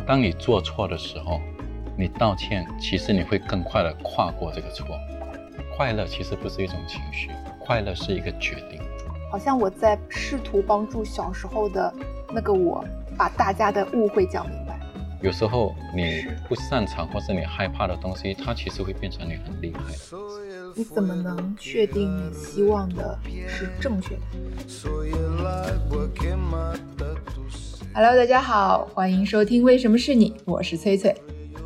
当你做错的时候，你道歉，其实你会更快的跨过这个错。快乐其实不是一种情绪，快乐是一个决定。 好像我在试图帮助小时候的那个我，把大家的误会讲明白。 有时候你不擅长或是你害怕的东西，它其实会变成你很厉害的。 你怎么能确定你希望的是正确的？ Hello， 大家好，欢迎收听为什么是你，我是翠翠。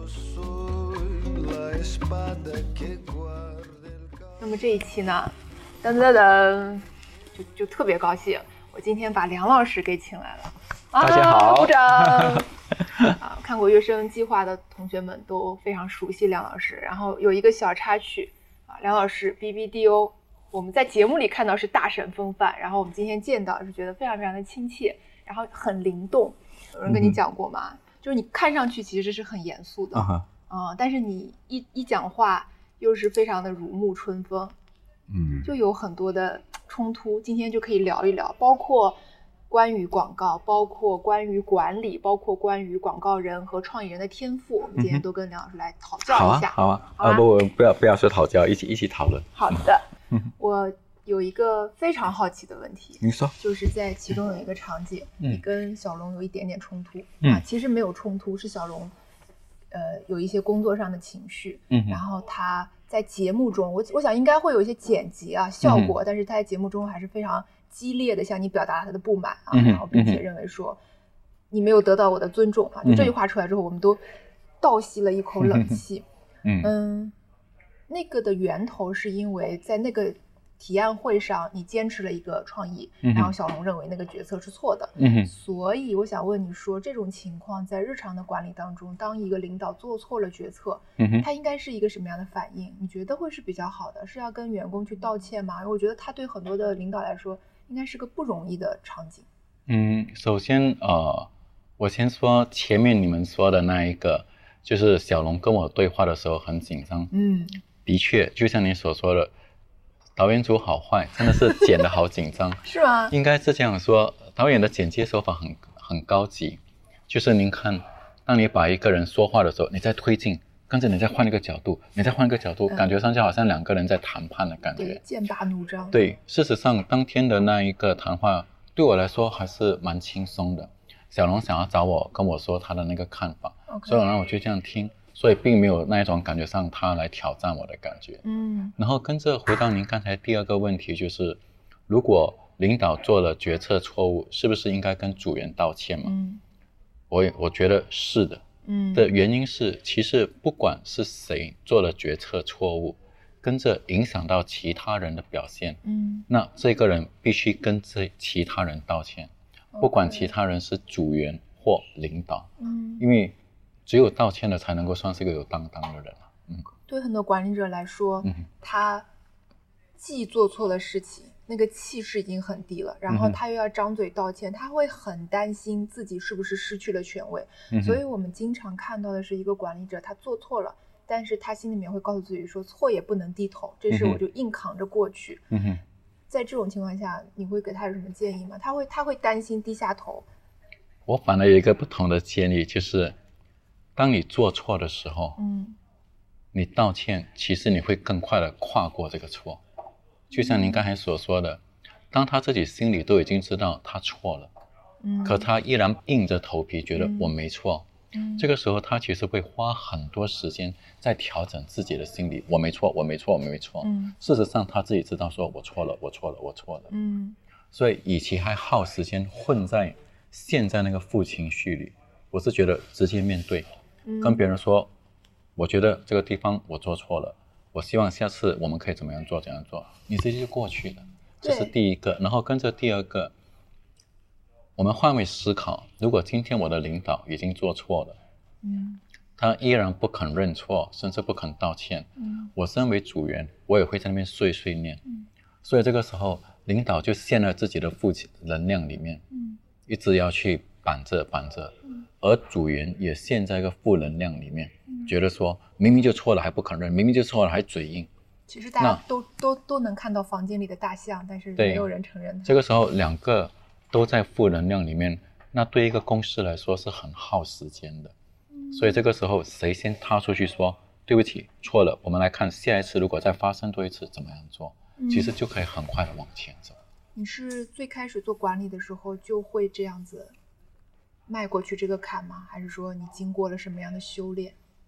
那么这一期呢，噔噔噔，就特别高兴，我今天把梁老师给请来了。 大家好， 鼓掌。看过《乐声计划》的同学们都非常熟悉梁老师。然后有一个小插曲梁老师 BBDO， 我们在节目里看到是大神风范，然后我们今天见到是觉得非常非常的亲切，然后很灵动。有人跟你讲过吗？就是你看上去其实是很严肃的，但是你一讲话又是非常的如沐春风，就有很多的冲突。今天就可以聊一聊，包括关于广告，包括关于管理，包括关于广告人和创意人的天赋，我们今天都跟梁老师来讨教一下。 好啊，不要说讨教，一起讨论。 好的，我有一个非常好奇的问题， 你说， 就是在其中有一个场景，你跟小龙有一点点冲突，其实没有冲突，是小龙有一些工作上的情绪，然后他在节目中，我想应该会有一些剪辑效果，但是他在节目中还是非常激烈的向你表达他的不满然后并且认为说你没有得到我的尊重就这句话出来之后，我们都倒吸了一口冷气。那个的源头是因为在那个体验会上你坚持了一个创意，然后小龙认为那个决策是错的，所以我想问你说，这种情况在日常的管理当中，当一个领导做错了决策，他应该是一个什么样的反应？你觉得会是比较好的？是要跟员工去道歉吗？因为我觉得他对很多的领导来说应该是个不容易的场景。 首先我先说前面你们说的那一个，就是小龙跟我对话的时候很紧张。的确就像你所说的，导演组好坏真的是剪得好紧张。 是吗？ 应该是这样说，导演的剪接手法很高级，就是您看，当你把一个人说话的时候，你在推进，跟着你再换一个角度，你再换一个角度，感觉上就好像两个人在谈判的感觉。 对，剑拔弩张。 对，事实上当天的那一个谈话对我来说还是蛮轻松的。小龙想要找我跟我说他的那个看法，所以让我就这样听，所以并没有那一种感觉上他来挑战我的感觉。然后跟着回到您刚才第二个问题，就是如果领导做了决策错误，是不是应该跟组员道歉嘛？我觉得是的。的原因是，其实不管是谁做了决策错误，跟着影响到其他人的表现，那这个人必须跟这其他人道歉，不管其他人是组员或领导，因为只有道歉了才能够算是一个有担当的人。 对很多管理者来说，他既做错了事情，那个气势已经很低了，然后他又要张嘴道歉，他会很担心自己是不是失去了权威。所以我们经常看到的是一个管理者，他做错了，但是他心里面会告诉自己说，错也不能低头，这事我就硬扛着过去。在这种情况下，你会给他有什么建议吗？他会担心低下头。 我反而有一个不同的建议，就是当你做错的时候，你道歉，其实你会更快的跨过这个错。就像您刚才所说的，当他自己心里都已经知道他错了，可他依然硬着头皮觉得我没错，这个时候他其实会花很多时间在调整自己的心理，我没错，我没错，我没错。事实上他自己知道说我错了，我错了，我错了。所以与其还耗时间陷在那个负情绪里，我是觉得直接面对，跟别人说，我觉得这个地方我做错了，我希望下次我们可以怎么样做，你直接就过去了。这是第一个。然后跟着第二个，我们换位思考，如果今天我的领导已经做错了，他依然不肯认错，甚至不肯道歉，我身为组员，我也会在那边碎念。所以这个时候领导就陷在自己的负能量里面，一直要去板着，而组员也陷在一个负能量里面，觉得说明明就错了还不肯认，明明就错了还嘴硬。 其实大家都能看到房间里的大象，但是没有人承认它。 这个时候两个都在负能量里面，那对一个公司来说是很耗时间的。 所以这个时候谁先踏出去说对不起错了，我们来看下一次如果再发生多一次怎么样做，其实就可以很快的往前走。 你是最开始做管理的时候就会这样子迈过去这个坎吗？还是说你经过了什么样的修炼？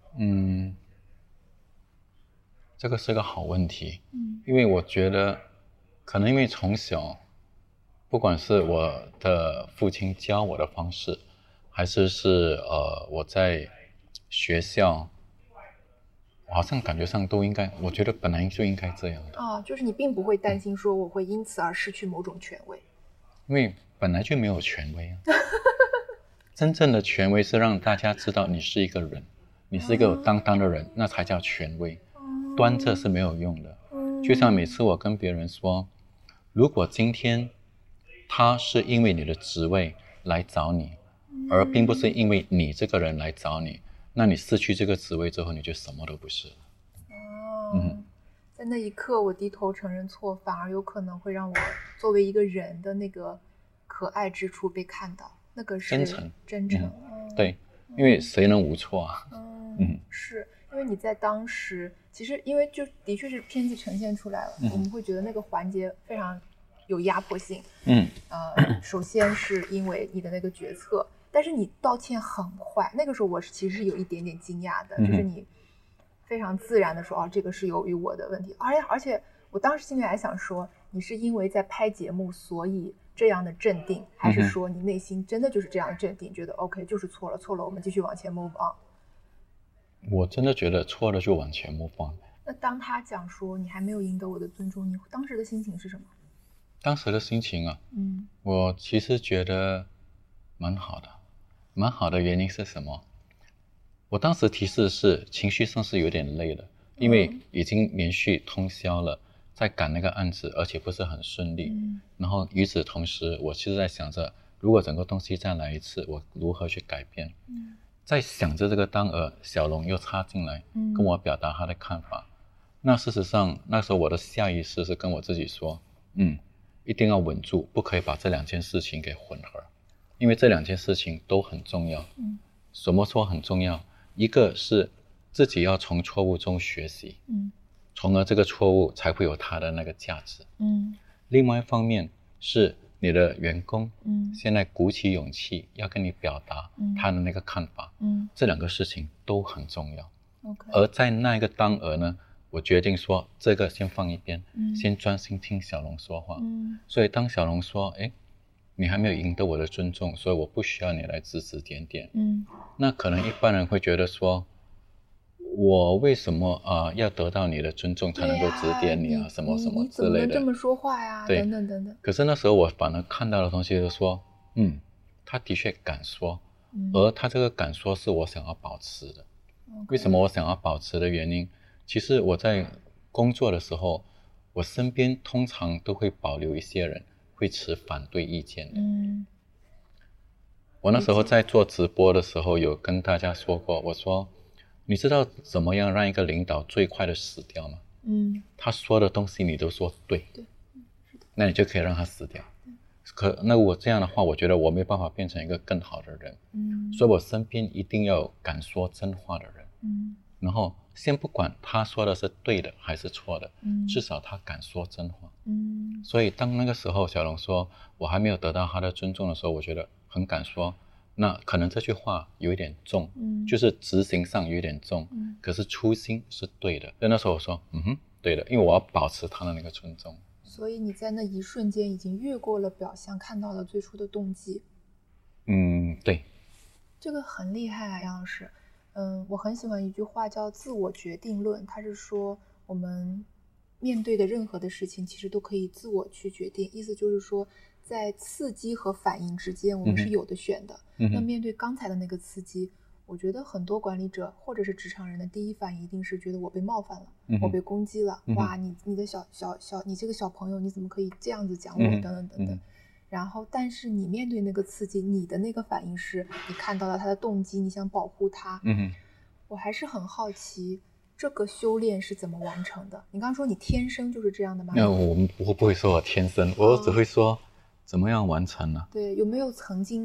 这个是个好问题。因为我觉得可能因为从小不管是我的父亲教我的方式，还是我在学校，我好像感觉上都应该，我觉得本来就应该这样的。 就是你并不会担心说我会因此而失去某种权威。 因为本来就没有权威啊。真正的权威是让大家知道你是一个人，你是一个有担当的人，那才叫权威。端着是没有用的。就像每次我跟别人说，如果今天他是因为你的职位来找你，而并不是因为你这个人来找你，那你失去这个职位之后，你就什么都不是了。 在那一刻我低头承认错，反而有可能会让我作为一个人的那个可爱之处被看到，那个是真诚。 对，因为谁能无错啊？ 是因为你在当时其实因为就的确是片子呈现出来了，我们会觉得那个环节非常有压迫性。首先是因为你的那个决策，但是你道歉很快，那个时候我其实是有一点点惊讶的，就是你非常自然的说这个是由于我的问题，而且我当时心里还想说，你是因为在拍节目所以这样的镇定，还是说你内心真的就是这样的镇定，觉得 OK 就是错了我们继续往前 move on。 我真的觉得错了就往前move on。 那当他讲说你还没有赢得我的尊重，你当时的心情是什么？ 当时的心情啊，我其实觉得蛮好的。蛮好的原因是什么？我当时提示是情绪上是有点累了，因为已经连续通宵了，在赶那个案子，而且不是很顺利。然后与此同时，我其实在想着，如果整个东西再来一次，我如何去改变？在想着这个当儿，小龙又插进来，跟我表达他的看法。那事实上，那时候我的下意识是跟我自己说，一定要稳住，不可以把这两件事情给混合，因为这两件事情都很重要。什么说很重要？一个是自己要从错误中学习，从而这个错误才会有它的那个价值。另外一方面是你的员工现在鼓起勇气要跟你表达他的那个看法，这两个事情都很重要。而在那一个当儿呢，我决定说这个先放一边，先专心听小龙说话。所以当小龙说你还没有赢得我的尊重，所以我不需要你来指指点点。那可能一般人会觉得说，我为什么要得到你的尊重才能够指点你啊，什么什么之类的。你怎么能这么说话呀？等等等等。 可是那时候我反而看到的东西就是说，他的确敢说，而他这个敢说是我想要保持的。为什么我想要保持的原因？其实我在工作的时候，我身边通常都会保留一些人会持反对意见的。我那时候在做直播的时候有跟大家说过，我说你知道怎么样让一个领导最快的死掉吗？他说的东西你都说对，那你就可以让他死掉。那我这样的话，我觉得我没办法变成一个更好的人。所以我身边一定要有敢说真话的人。然后先不管他说的是对的还是错的，至少他敢说真话。所以当那个时候小龙说我还没有得到他的尊重的时候，我觉得很敢说。那可能这句话有一点重，就是执行上有点重，可是初心是对的。所以那时候我说对的，因为我要保持他的那个尊重。 所以你在那一瞬间已经越过了表象，看到了最初的动机。 对， 这个很厉害啊，杨老师。我很喜欢一句话叫自我决定论，它是说我们面对的任何的事情其实都可以自我去决定，意思就是说在刺激和反应之间我们是有的选的。那面对刚才的那个刺激，我觉得很多管理者或者是职场人的第一反应一定是觉得我被冒犯了，我被攻击了，哇，你的你这个小朋友你怎么可以这样子讲我，等等等等。然后但是你面对那个刺激，你的那个反应是你看到了他的动机，你想保护他。我还是很好奇这个修炼是怎么完成的。你刚刚说你天生就是这样的吗？ 那我们不会说我天生，我只会说怎么样完成呢？ 对，有没有曾经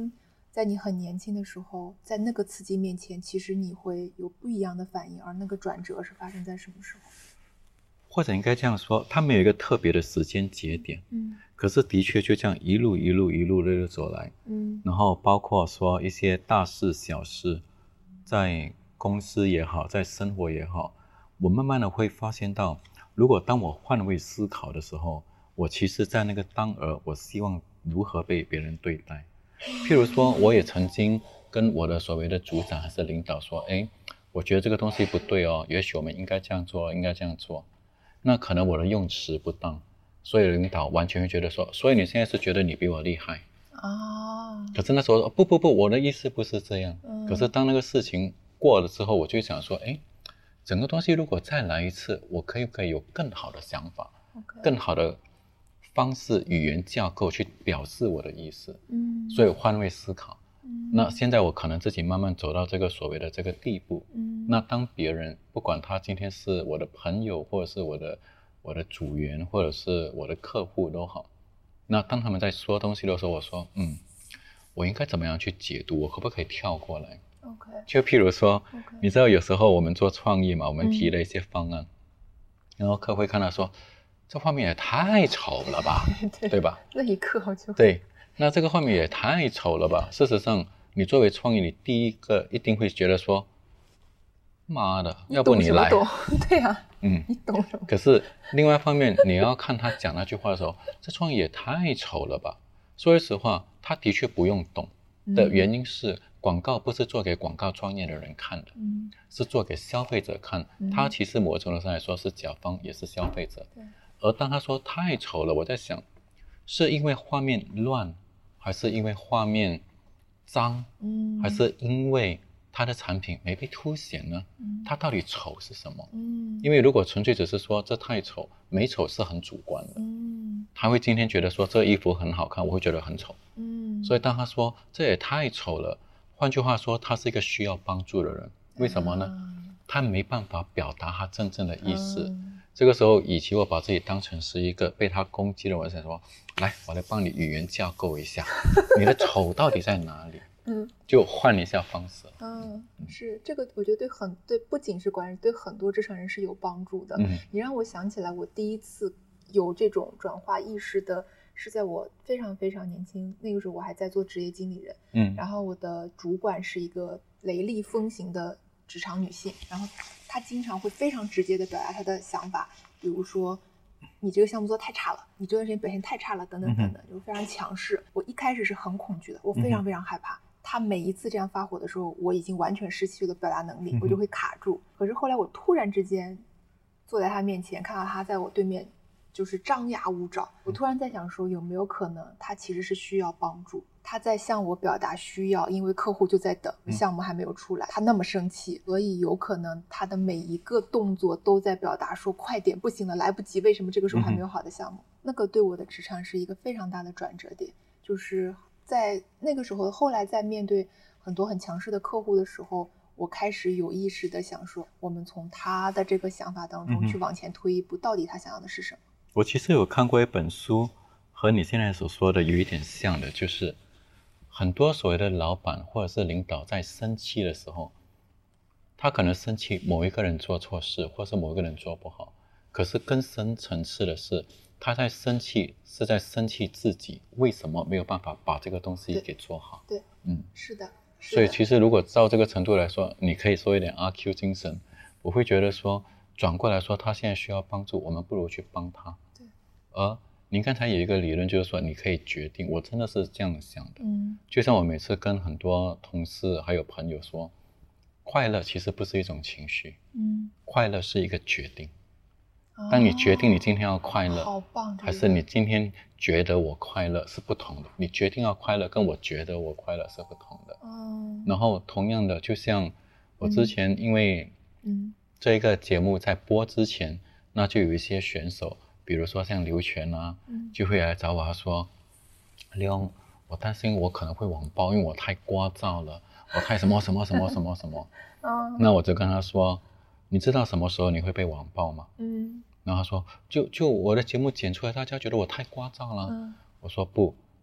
在你很年轻的时候，在那个刺激面前，其实你会有不一样的反应，而那个转折是发生在什么时候？ 或者应该这样说，它没有一个特别的时间节点，可是的确就这样一路的走来，然后包括说一些大事小事，在公司也好，在生活也好，我慢慢的会发现到，如果当我换位思考的时候，我其实在那个当儿，我希望如何被别人对待。譬如说，我也曾经跟我的所谓的组长还是领导说，我觉得这个东西不对哦，也许我们应该这样做，应该这样做。那可能我的用词不当，所以领导完全会觉得说，所以你现在是觉得你比我厉害啊？可是那时候不，我的意思不是这样。可是当那个事情过了之后，我就想说，整个东西如果再来一次，我可不可以有更好的想法，更好的方式、语言架构去表示我的意思？所以我换位思考。那现在我可能自己慢慢走到这个所谓的这个地步，那当别人不管他今天是我的朋友，或者是我的组员，或者是我的客户都好，那当他们在说东西的时候，我说我应该怎么样去解读，我可不可以跳过来？就譬如说，你知道有时候我们做创意嘛，我们提了一些方案，然后客户会看到说，这画面也太丑了吧，对吧？ 那一刻就对。那这个画面也太丑了吧？事实上，你作为创意，你第一个一定会觉得说，妈的，要不你来？ 懂对啊，你懂什么？ 可是另外一方面，你要看他讲那句话的时候，这创意也太丑了吧？说实话，他的确不用懂的原因是，广告不是做给广告专业的人看的，是做给消费者看。他其实某种程度上来说是甲方，也是消费者。而当他说太丑了，我在想，是因为画面乱，还是因为画面脏，还是因为它的产品没被凸显呢？它到底丑是什么？因为如果纯粹只是说这太丑，美丑是很主观的。他会今天觉得说这衣服很好看，我会觉得很丑。所以当他说这也太丑了，换句话说，他是一个需要帮助的人。为什么呢？他没办法表达他真正的意思。这个时候，与其我把自己当成是一个被他攻击的，我想说，来，我来帮你语言架构一下，你的丑到底在哪里？就换一下方式。 是这个，我觉得对，不仅是管理，对很多职场人是有帮助的。你让我想起来，我第一次有这种转化意识的，是在我非常非常年轻，那个时候我还在做职业经理人。然后我的主管是一个雷厉风行的职场女性，然后她经常会非常直接的表达她的想法，比如说，你这个项目做得太差了，你这段时间表现太差了，等等等等，就非常强势。我一开始是很恐惧的，我非常非常害怕。他每一次这样发火的时候，我已经完全失去了表达能力，我就会卡住。可是后来我突然之间坐在他面前，看到他在我对面就是张牙舞爪，我突然在想说，有没有可能他其实是需要帮助，他在向我表达需要，因为客户就在等，项目还没有出来，他那么生气，所以有可能他的每一个动作都在表达说快点，不行了，来不及，为什么这个时候还没有好的项目？那个对我的职场是一个非常大的转折点，就是在那个时候，后来在面对很多很强势的客户的时候，我开始有意识的想说，我们从他的这个想法当中去往前推一步，到底他想要的是什么？ 我其实有看过一本书，和你现在所说的有一点像的，就是很多所谓的老板或者是领导在生气的时候，他可能生气某一个人做错事，或是某一个人做不好，可是更深层次的是，他在生气是在生气自己为什么没有办法把这个东西给做好。 对，是的。 所以其实如果到这个程度来说，你可以说一点阿 Q 精神，我会觉得说转过来说他现在需要帮助，我们不如去帮他。 对。 而您刚才有一个理论，就是说你可以决定，我真的是这样想的。就像我每次跟很多同事还有朋友说，快乐其实不是一种情绪，快乐是一个决定。当你决定你今天要快乐， 好棒， 还是你今天觉得我快乐是不同的。你决定要快乐跟我觉得我快乐是不同的。然后同样的，就像我之前因为这个节目在播之前，那就有一些选手，比如说像刘全啊，就会来找我，他说：“Leon，我担心我可能会网暴，因为我太聒噪了，我太什么。那我就跟他说，你知道什么时候你会被网暴吗？然后他说，就我的节目剪出来，大家觉得我太聒噪了。我说不，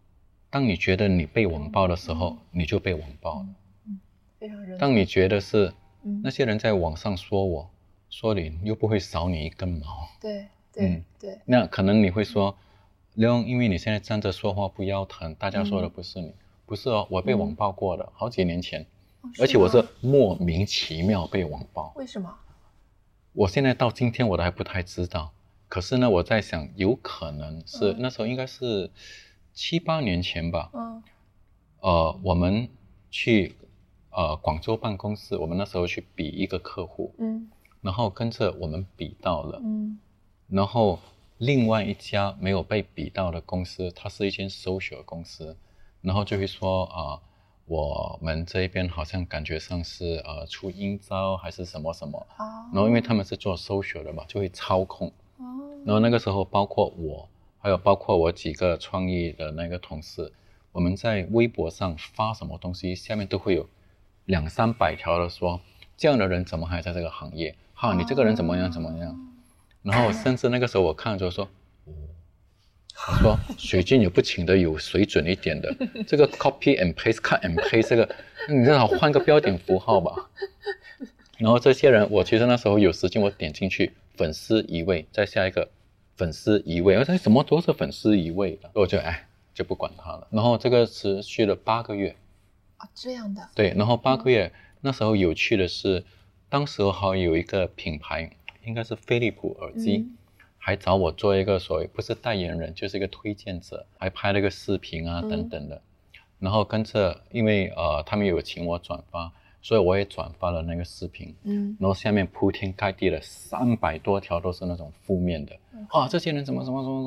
当你觉得你被网暴的时候，你就被网暴了。 非常认同。 当你觉得是那些人在网上说你，又不会少你一根毛。 对。 那可能你会说，刘勇，因为你现在站着说话不腰疼，大家说的不是你。不是哦，我被网暴过的，好几年前，而且我是莫名其妙被网暴。 为什么？ 我现在到今天我都还不太知道。可是呢，我在想，有可能是那时候应该是7、8年前吧。我们去广州办公室，我们那时候去比一个客户，然后跟着我们比到了，然后另外一家没有被比到的公司，它是一间 social 公司，然后就会说我们这边好像感觉上是出阴招还是什么什么，然后因为他们是做 social 的嘛，就会操控，然后那个时候包括我，还有包括我几个创意的那个同事，我们在微博上发什么东西，下面都会有200、300条的说，这样的人怎么还在这个行业？你这个人怎么样怎么样？然后甚至那个时候我看着说，我说水军也不请的有水准一点的，这个 copy and paste cut and paste 这个，你最好换个标点符号吧。然后这些人，我其实那时候有时间，我点进去，粉丝一位，再下一个粉丝一位，我说怎么都是粉丝一位的，我就不管他了。然后这个持续了8个月。 这样的。 对，然后8个月，那时候有趣的是，当时还有一个品牌，应该是飞利浦耳机，还找我做一个所谓不是代言人，就是一个推荐者，还拍了个视频等等的。然后跟着，因为他们有请我转发，所以我也转发了那个视频。然后下面铺天盖地的300多条都是那种负面的，这些人怎么。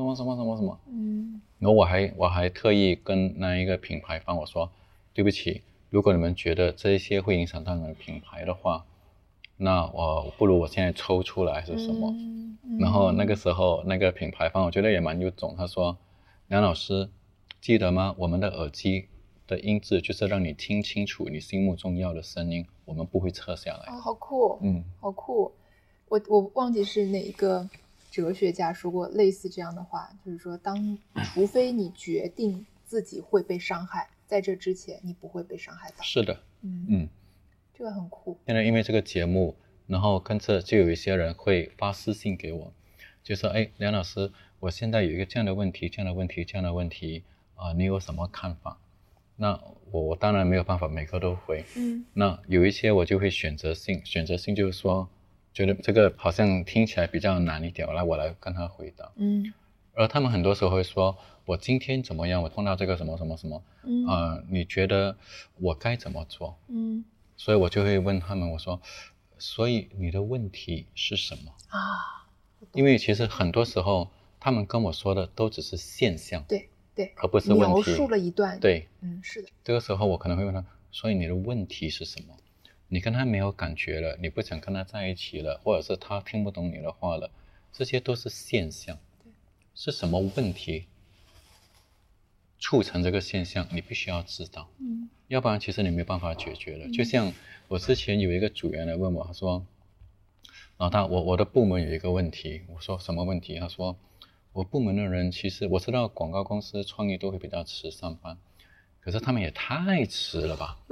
然后我还特意跟那一个品牌方我说，对不起，如果你们觉得这些会影响到你们品牌的话，那不如我现在抽出来还是什么。然后那个时候那个品牌方我觉得也蛮有种，他说，梁老师记得吗？我们的耳机的音质就是让你听清楚你心目中要的声音，我们不会撤下来。 好酷。好酷。我忘记是哪一个哲学家说过类似这样的话，就是说除非你决定自己会被伤害，在这之前你不会被伤害到。 是的。 这个很酷。 现在因为这个节目，然后跟着就有一些人会发私信给我，就说梁老师，我现在有一个这样的问题你有什么看法？那我当然没有办法每个都回。那有一些我就会选择性就是说，觉得这个好像听起来比较难一点，我来跟他回答。而他们很多时候会说，我今天怎么样，我碰到这个什么什么什么，你觉得我该怎么做？所以我就会问他们，我说，所以你的问题是什么？因为其实很多时候他们跟我说的都只是现象， 对， 而不是问题。 描述了一段。 对， 是的。 这个时候我可能会问他，所以你的问题是什么？你跟他没有感觉了，你不想跟他在一起了，或者是他听不懂你的话了，这些都是现象。是什么问题促成这个现象，你必须要知道。要不然其实你没有办法解决的。就像我之前有一个组员来问我，他说，老大，我的部门有一个问题。我说什么问题？他说，我部门的人其实我知道广告公司创意都会比较迟上班，可是他们也太迟了吧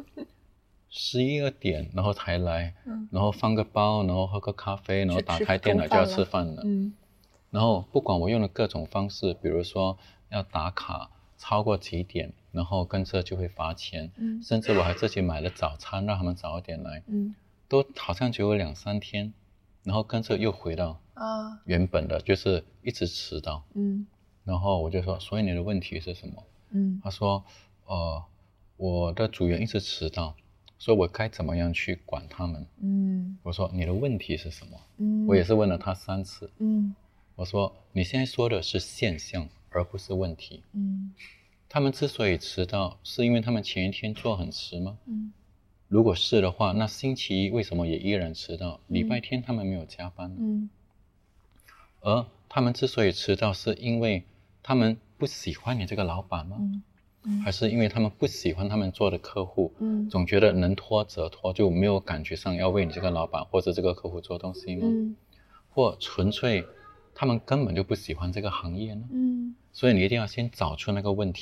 ，11、2点然后才来，然后放个包，然后喝个咖啡，然后打开电脑就要吃饭了。然后不管我用了各种方式，比如说要打卡超过几点，然后跟着就会罚钱，甚至我还自己买了早餐让他们早一点来，都好像只有2、3天，然后跟着又回到原本的，就是一直迟到。然后我就说，所以你的问题是什么？他说，我的组员一直迟到，所以我该怎么样去管他们？我说你的问题是什么？我也是问了他3次。我说你现在说的是现象而不是问题。他们之所以迟到是因为他们前一天做很迟吗？如果是的话，那星期一为什么也依然迟到？礼拜天他们没有加班。而他们之所以迟到是因为他们不喜欢你这个老板吗？还是因为他们不喜欢他们做的客户，总觉得能拖则拖，就没有感觉上要为你这个老板或者这个客户做东西吗？或纯粹他们根本就不喜欢这个行业呢？所以你一定要先找出那个问题，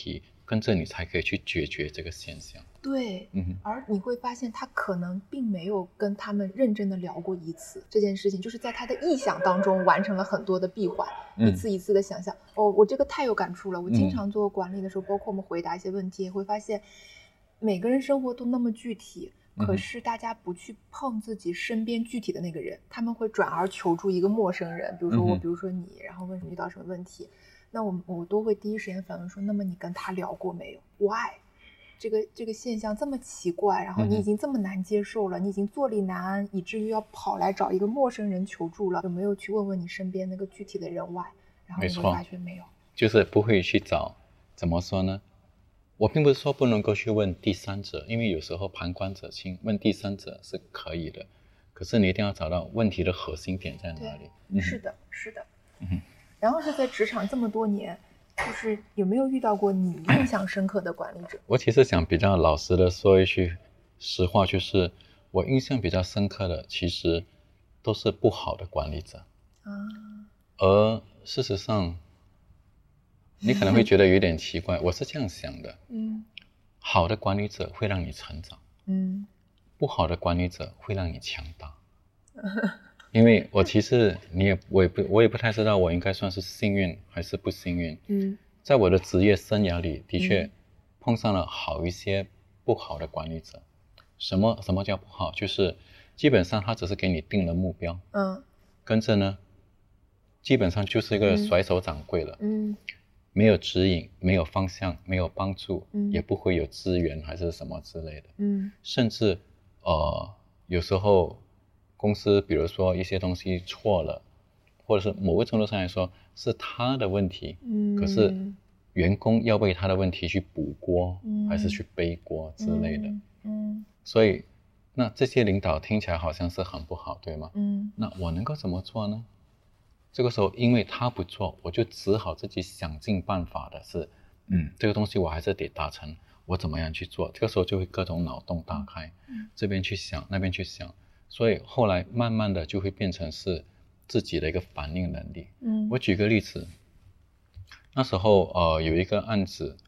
跟着你才可以去解决这个现象。 对，而你会发现他可能并没有跟他们认真的聊过一次这件事情，就是在他的臆想当中完成了很多的闭环，一次一次的想象。我这个太有感触了。我经常做管理的时候，包括我们回答一些问题，也会发现每个人生活都那么具体，可是大家不去碰自己身边具体的那个人，他们会转而求助一个陌生人，比如说我，比如说你，然后问遇到什么问题，那我都会第一时间反问说，那么你跟他聊过没有 ？Why？这个现象这么奇怪，然后你已经这么难接受了，你已经坐立难安，以至于要跑来找一个陌生人求助了，有没有去问问你身边那个具体的人 why？ 然后你会发觉没有， 就是不会去找。怎么说呢？我并不是说不能够去问第三者，因为有时候旁观者清，问第三者是可以的，可是你一定要找到问题的核心点在哪里。 是的，是的。然后是在职场这么多年，就是有没有遇到过你印象深刻的管理者？ 我其实想比较老实的说一句实话，就是我印象比较深刻的其实都是不好的管理者。而事实上你可能会觉得有点奇怪，我是这样想的。好的管理者会让你成长，不好的管理者会让你强大。因为我其实我也不太知道我应该算是幸运还是不幸运。在我的职业生涯里的确碰上了好一些不好的管理者。什么叫不好？就是基本上他只是给你定了目标，跟着呢基本上就是一个甩手掌柜了，没有指引，没有方向，没有帮助，也不会有资源还是什么之类的。甚至有时候公司比如说一些东西错了，或者是某个程度上来说是他的问题，可是员工要为他的问题去补锅，还是去背锅之类的。所以那这些领导听起来好像是很不好，对吗？那我能够怎么做呢？这个时候因为他不做，我就只好自己想尽办法的是这个东西我还是得达成，我怎么样去做？这个时候就会各种脑洞大开，这边去想那边去想，所以后来慢慢的就会变成是自己的一个反应能力。我举个例子，那时候有一个案子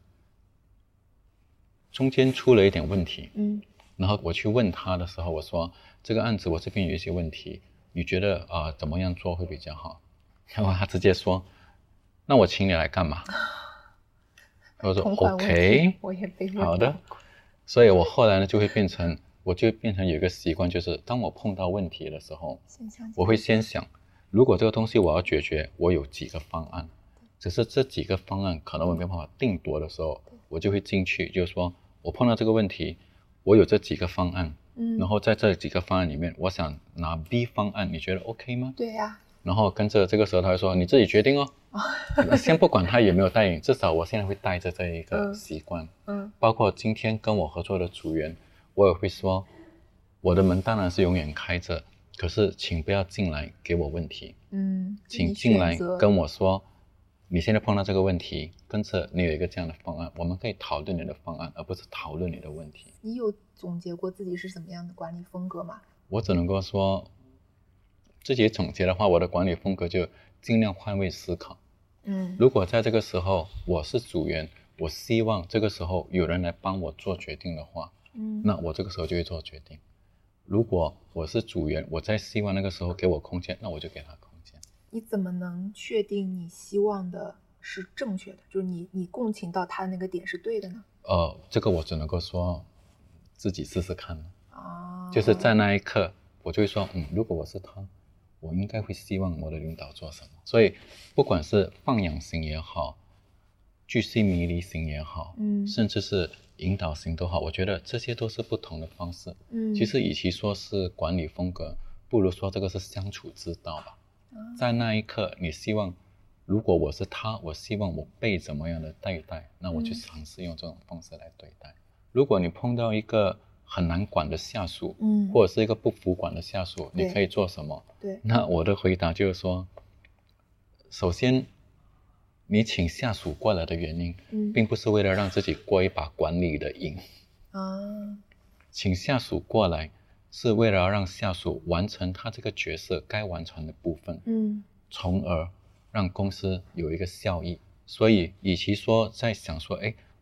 中间出了一点问题，然后我去问他的时候，我说这个案子我这边有一些问题，你觉得怎么样做会比较好？然后他直接说，那我请你来干嘛？我说 OK， 我也被问好的。所以我后来呢就会变成有一个习惯，就是当我碰到问题的时候，我会先想，如果这个东西我要解决，我有几个方案，只是这几个方案可能我没办法定夺的时候，我就会进去，就是说我碰到这个问题，我有这几个方案，然后在这几个方案里面，我想拿 B 方案，你觉得 OK 吗？ 对呀。 然后跟着这个时候他会说你自己决定哦。先不管他有没有带领，至少我现在会带着这一个习惯。包括今天跟我合作的组员，我也会说，我的门当然是永远开着，可是请不要进来给我问题。请进来跟我说，你现在碰到这个问题，跟着你有一个这样的方案，我们可以讨论你的方案，而不是讨论你的问题。 你有总结过自己是什么样的管理风格吗？ 我只能够说，自己总结的话，我的管理风格就尽量换位思考。如果在这个时候我是组员，我希望这个时候有人来帮我做决定的话，那我这个时候就会做决定。如果我是组员，我在希望那个时候给我空间，那我就给他空间。 你怎么能确定你希望的是正确的，就是你共情到他的那个点是对的呢？ 这个我只能够说自己试试看了。就是在那一刻我就会说如果我是他，我应该会希望我的领导做什么。所以不管是放养型也好，巨细迷离型也好，甚至是引导型都好，我觉得这些都是不同的方式。其实与其说是管理风格，不如说这个是相处之道吧。在那一刻你希望，如果我是他，我希望我被怎么样的对待，那我就尝试用这种方式来对待。如果你碰到一个很难管的下属，或者是一个不服管的下属，你可以做什么？那我的回答就是说，首先你请下属过来的原因，并不是为了让自己过一把管理的瘾。请下属过来是为了要让下属完成他这个角色该完成的部分，从而让公司有一个效益。所以与其说在想说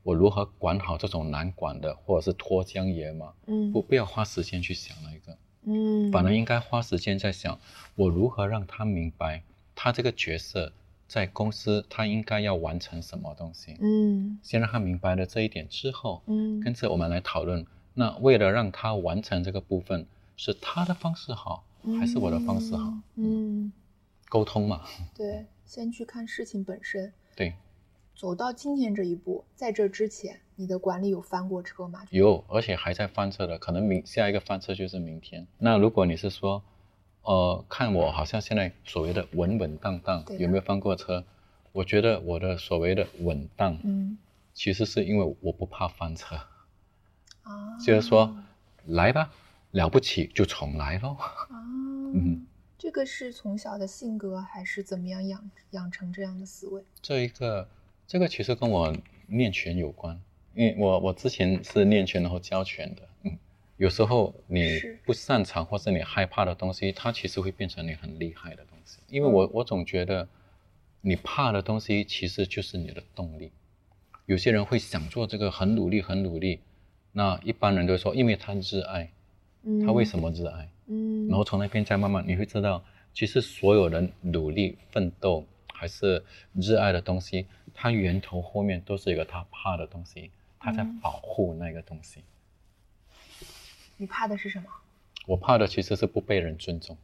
我如何管好这种难管的或者是脱缰野马，不要花时间去想那个，反而应该花时间在想我如何让他明白他这个角色在公司他应该要完成什么东西，先让他明白了这一点之后，跟着我们来讨论，那为了让他完成这个部分，是他的方式好，还是我的方式好？沟通嘛。 对，先去看事情本身。 对。 走到今天这一步，在这之前，你的管理有翻过车吗？ 有，而且还在翻车的，可能下一个翻车就是明天。那如果你是说，看我好像现在所谓的稳稳当当，有没有翻过车？我觉得我的所谓的稳当，其实是因为我不怕翻车。就是说，来吧，了不起就重来咯。 这个是从小的性格，还是怎么样养成这样的思维？ 这个其实跟我练拳有关，因为我之前是练拳然后教拳的，有时候你不擅长或是你害怕的东西，它其实会变成你很厉害的东西。因为我总觉得你怕的东西其实就是你的动力。有些人会想做这个很努力很努力，那一般人都说因为他热爱，他为什么热爱？然后从那边再慢慢你会知道，其实所有人努力奋斗还是热爱的东西，它源头后面都是一个他怕的东西，他在保护那个东西。 你怕的是什么？ 我怕的其实是不被人尊重。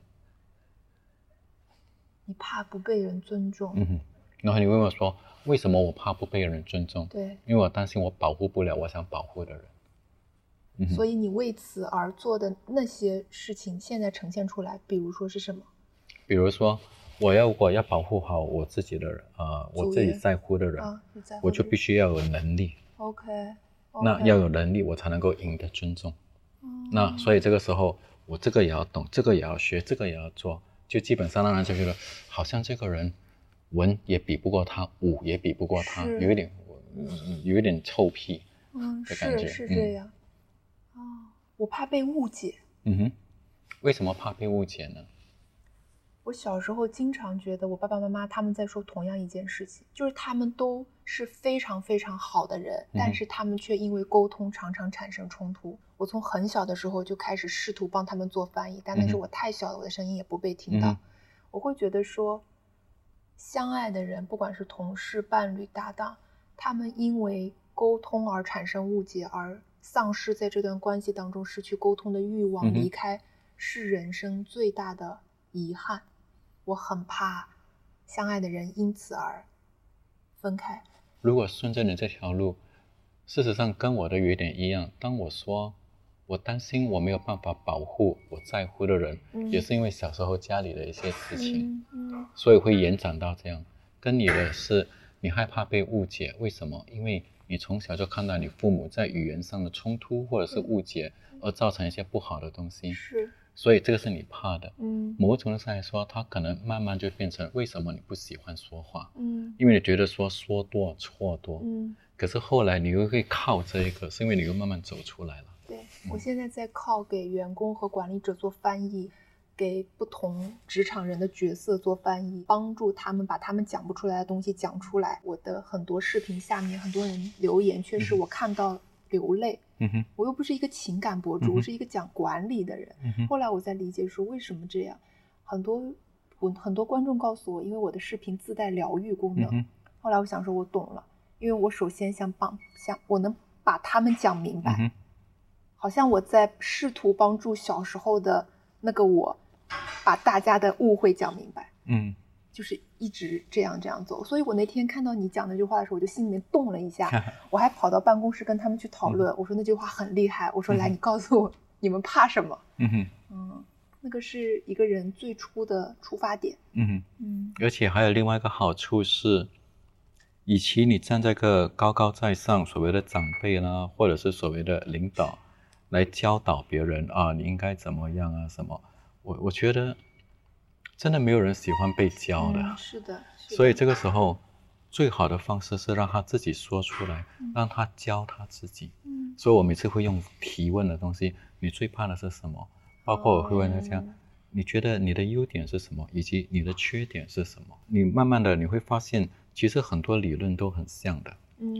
你怕不被人尊重？ 然后你问我说为什么我怕不被人尊重？ 对， 因为我担心我保护不了我想保护的人。 所以你为此而做的那些事情现在呈现出来，比如说是什么？比如说如果要保护好我自己的人，我自己在乎的人，我就必须要有能力。 OK， 那要有能力我才能够赢得尊重。那所以这个时候我这个也要懂，这个也要学，这个也要做，就基本上让人就觉得好像这个人文也比不过他，武也比不过他，有一点臭屁的感觉。 是这样。我怕被误解。 为什么怕被误解呢？ 我小时候经常觉得我爸爸妈妈他们在说同样一件事情，就是他们都是非常非常好的人，但是他们却因为沟通常常产生冲突。我从很小的时候就开始试图帮他们做翻译，但那时候我太小了，我的声音也不被听到。我会觉得说，相爱的人，不管是同事、伴侣、搭档，他们因为沟通而产生误解，而丧失在这段关系当中失去沟通的欲望，离开是人生最大的遗憾。我很怕相爱的人因此而分开。 如果顺着你这条路，事实上跟我的有一点一样。当我说我担心我没有办法保护我在乎的人，也是因为小时候家里的一些事情，所以会延展到这样。跟你的是你害怕被误解，为什么？因为你从小就看到你父母在语言上的冲突或者是误解，而造成一些不好的东西。所以这个是你怕的。某种程度上来说，它可能慢慢就变成为什么你不喜欢说话？因为你觉得说多错多。可是后来你又会靠这一个，是因为你又慢慢走出来了。 对，我现在在靠给员工和管理者做翻译，给不同职场人的角色做翻译，帮助他们把他们讲不出来的东西讲出来。我的很多视频下面很多人留言，确实我看到流泪。我又不是一个情感博主，我是一个讲管理的人。后来我才理解说为什么这样。很多观众告诉我，因为我的视频自带疗愈功能。后来我想说我懂了，因为我首先我能把他们讲明白。好像我在试图帮助小时候的那个我把大家的误会讲明白。就是一直这样走。所以我那天看到你讲那句话的时候，我就心里面动了一下。我还跑到办公室跟他们去讨论。我说那句话很厉害，我说来你告诉我你们怕什么。那个是一个人最初的出发点。 而且还有另外一个好处是，与其你站在个高高在上所谓的长辈啦，或者是所谓的领导来教导别人啊，你应该怎么样啊什么，我觉得真的没有人喜欢被教的。 是的。 所以这个时候最好的方式是让他自己说出来，让他教他自己。所以我每次会用提问的东西，你最怕的是什么？包括我会问他讲，你觉得你的优点是什么，以及你的缺点是什么？你慢慢的你会发现其实很多理论都很像的。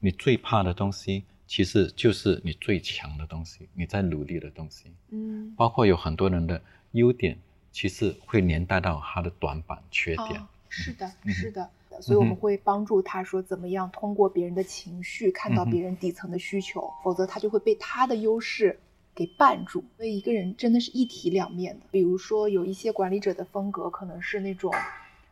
你最怕的东西其实就是你最强的东西，你在努力的东西。包括有很多人的优点其实会连带到他的短板缺点。 是的，是的。所以我们会帮助他说怎么样通过别人的情绪看到别人底层的需求，否则他就会被他的优势给绊住。所以一个人真的是一体两面的。比如说有一些管理者的风格可能是那种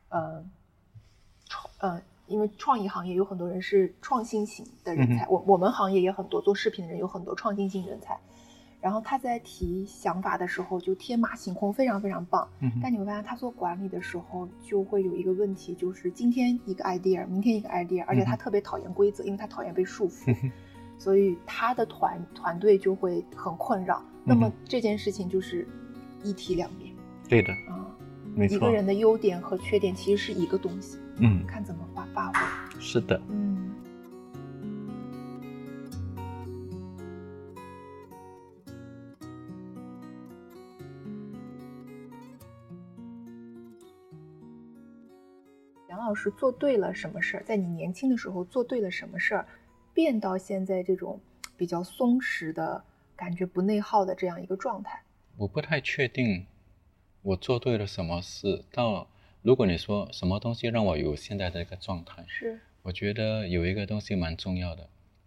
因为创意行业有很多人是创新型的人才，我们行业也很多，做视频的人有很多创新型人才，然后他在提想法的时候就天马行空，非常非常棒。但你会发现他做管理的时候就会有一个问题，就是今天一个 idea， 明天一个 idea， 而且他特别讨厌规则，因为他讨厌被束缚，所以他的团队就会很困扰。那么这件事情就是一体两面。 对的，没错。 一个人的优点和缺点其实是一个东西，看怎么发挥。 是的， 杨老师做对了什么事儿？在你年轻的时候做对了什么事儿，变到现在这种比较松弛的感觉、不内耗的这样一个状态？ 我不太确定我做对了什么事。如果你说什么东西让我有现在这个状态，我觉得有一个东西蛮重要的，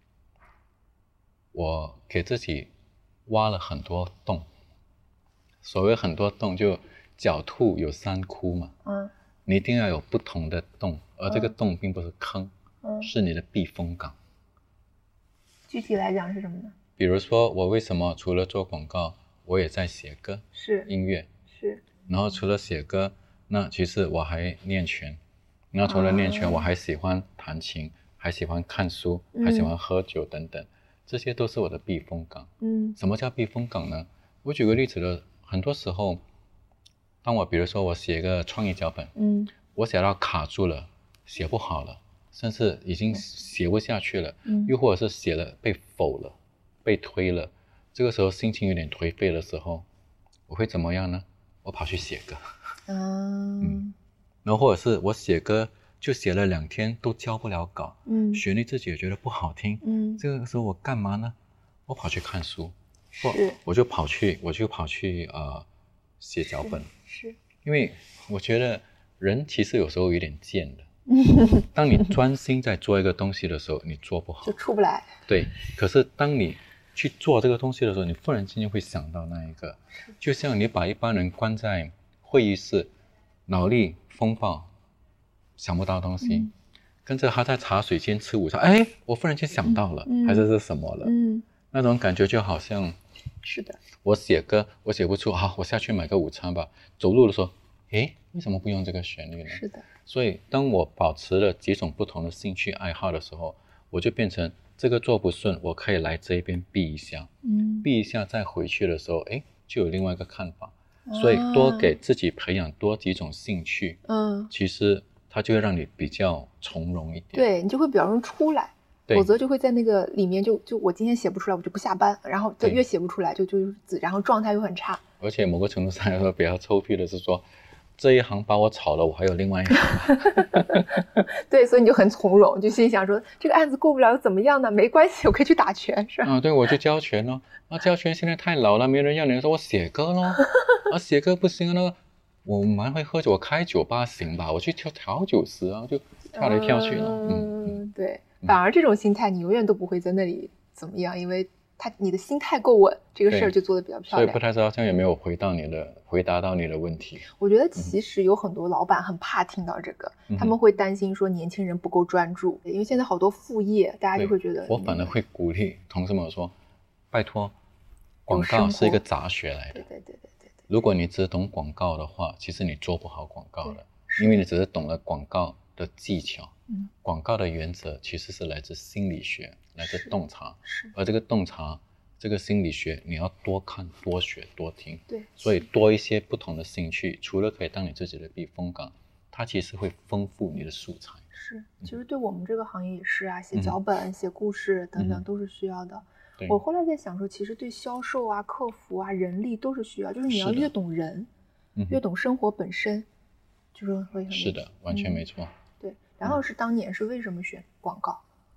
我给自己挖了很多洞。所谓很多洞，就狡兔有三窟嘛。你一定要有不同的洞，而这个洞并不是坑，是你的避风港。 具体来讲是什么呢？ 比如说我为什么除了做广告我也在写歌，音乐，然后除了写歌，那其实我还练拳，然后除了练拳我还喜欢弹琴，还喜欢看书，还喜欢喝酒等等，这些都是我的避风港。什么叫避风港呢？我举个例子了，很多时候当我比如说我写一个创意脚本，我写到卡住了，写不好了，甚至已经写不下去了，又或者是写了被否了，被推了，这个时候心情有点颓废的时候，我会怎么样呢？我跑去写歌。然后或者是我写歌就写了2天都交不了稿，旋律自己也觉得不好听，这个时候我干嘛呢？我跑去看书，我就跑去写脚本。因为我觉得人其实有时候有点贱的，当你专心在做一个东西的时候，你做不好， 就出不来。 对，可是当你去做这个东西的时候，你忽然之间会想到那一个，就像你把一般人关在会议室，脑力风暴，想不到东西，跟着他在茶水间吃午餐，哎，我忽然间想到了，还是什么了，那种感觉就好像， 是的， 我写歌我写不出，好，我下去买个午餐吧，走路的时候，诶，为什么不用这个旋律呢？ 是的。 所以当我保持了几种不同的兴趣爱好的时候，我就变成这个做不顺，我可以来这边避一下，避一下再回去的时候，诶，就有另外一个看法。所以多给自己培养多几种兴趣，其实它就会让你比较从容一点。 对，你就会比较容易出来，否则就会在那个里面就我今天写不出来，我就不下班，然后就越写不出来，然后状态又很差。 而且某个程度上来说比较臭屁的是说，这一行把我炒了，我还有另外一行。 对，所以你就很从容，就心想说这个案子过不了又怎么样呢？没关系，我可以去打拳，是吧？ 对，我去教拳咯。教拳现在太老了，没人要你，说我写歌咯。写歌不行呢，我蛮会喝酒，我开酒吧行吧？我去调酒师啊，就跳来跳去了。 对，反而这种心态你永远都不会在那里怎么样，因为你的心态够稳，这个事儿就做得比较漂亮。 所以不太知道这样有没有回答到你的问题。 我觉得其实有很多老板很怕听到这个，他们会担心说年轻人不够专注，因为现在好多副业，大家就会觉得。 我反而会鼓励同事们说，拜托，广告是一个杂学来的。对。如果你只懂广告的话，其实你做不好广告的，因为你只是懂了广告的技巧。广告的原则其实是来自心理学，来自洞察，而这个洞察，这个心理学，你要多看、多学、多听。对，所以多一些不同的兴趣，除了可以当你自己的避风港，它其实会丰富你的素材。 其实对我们这个行业也是啊，写脚本、写故事等等都是需要的。我后来在想说，其实对销售啊、客服啊、人力都是需要，就是你要越懂人，越懂生活本身，就是会很。 是的，完全没错。 对，梁老师当年是为什么选广告？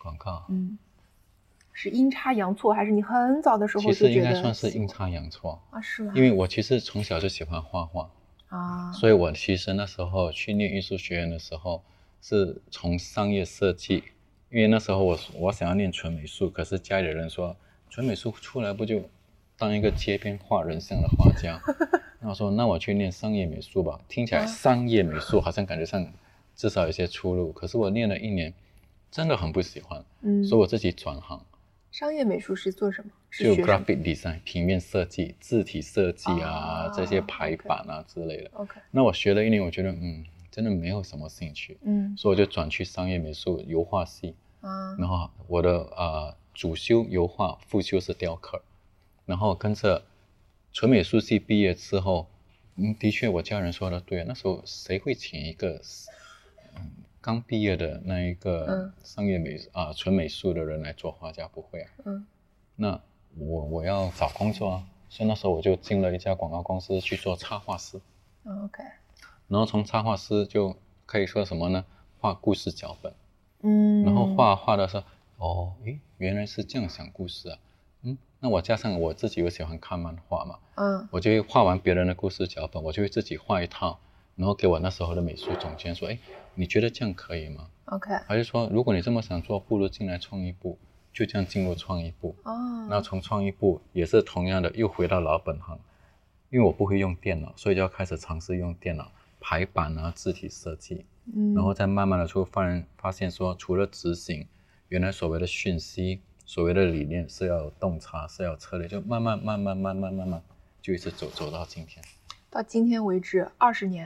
广告， 是阴差阳错，还是你很早的时候就觉得？其实应该算是阴差阳错啊，是吗？ 因为我其实从小就喜欢画画啊，所以我其实那时候去念艺术学院的时候是从商业设计，因为那时候我想要念纯美术，可是家里人说纯美术出来不就当一个街边画人像的画家，那我说那我去念商业美术吧，听起来商业美术好像感觉上至少有一些出路，可是我念了1年真的很不喜欢，所以我自己转行。 商业美术是做什么？ 就 graphic design 平面设计、字体设计这些排版之类的。那我学了1年，我觉得真的没有什么兴趣，所以我就转去商业美术油画系。然后我的主修油画，副修是雕刻。然后跟着纯美术系毕业之后，的确我家人说的对，那时候谁会请一个刚毕业的那一个商业纯美术的人来做画家？不会那我要找工作所以那时候我就进了一家广告公司去做插画师。然后从插画师就可以说什么呢？画故事脚本。然后画的时候，原来是这样想故事那我加上我自己又喜欢看漫画嘛，我就会画完别人的故事脚本，我就会自己画一套，然后给我那时候的美术总监说，你觉得这样可以吗？还是说如果你这么想做，不如进来创意部，就这样进入创意部。那从创意部也是同样的又回到老本行，因为我不会用电脑，所以就要开始尝试用电脑排版字体设计，然后再慢慢的发现说，除了执行，原来所谓的讯息，所谓的理念是要有洞察，是要有策略，就慢慢就一直走到今天。 到今天为止20年。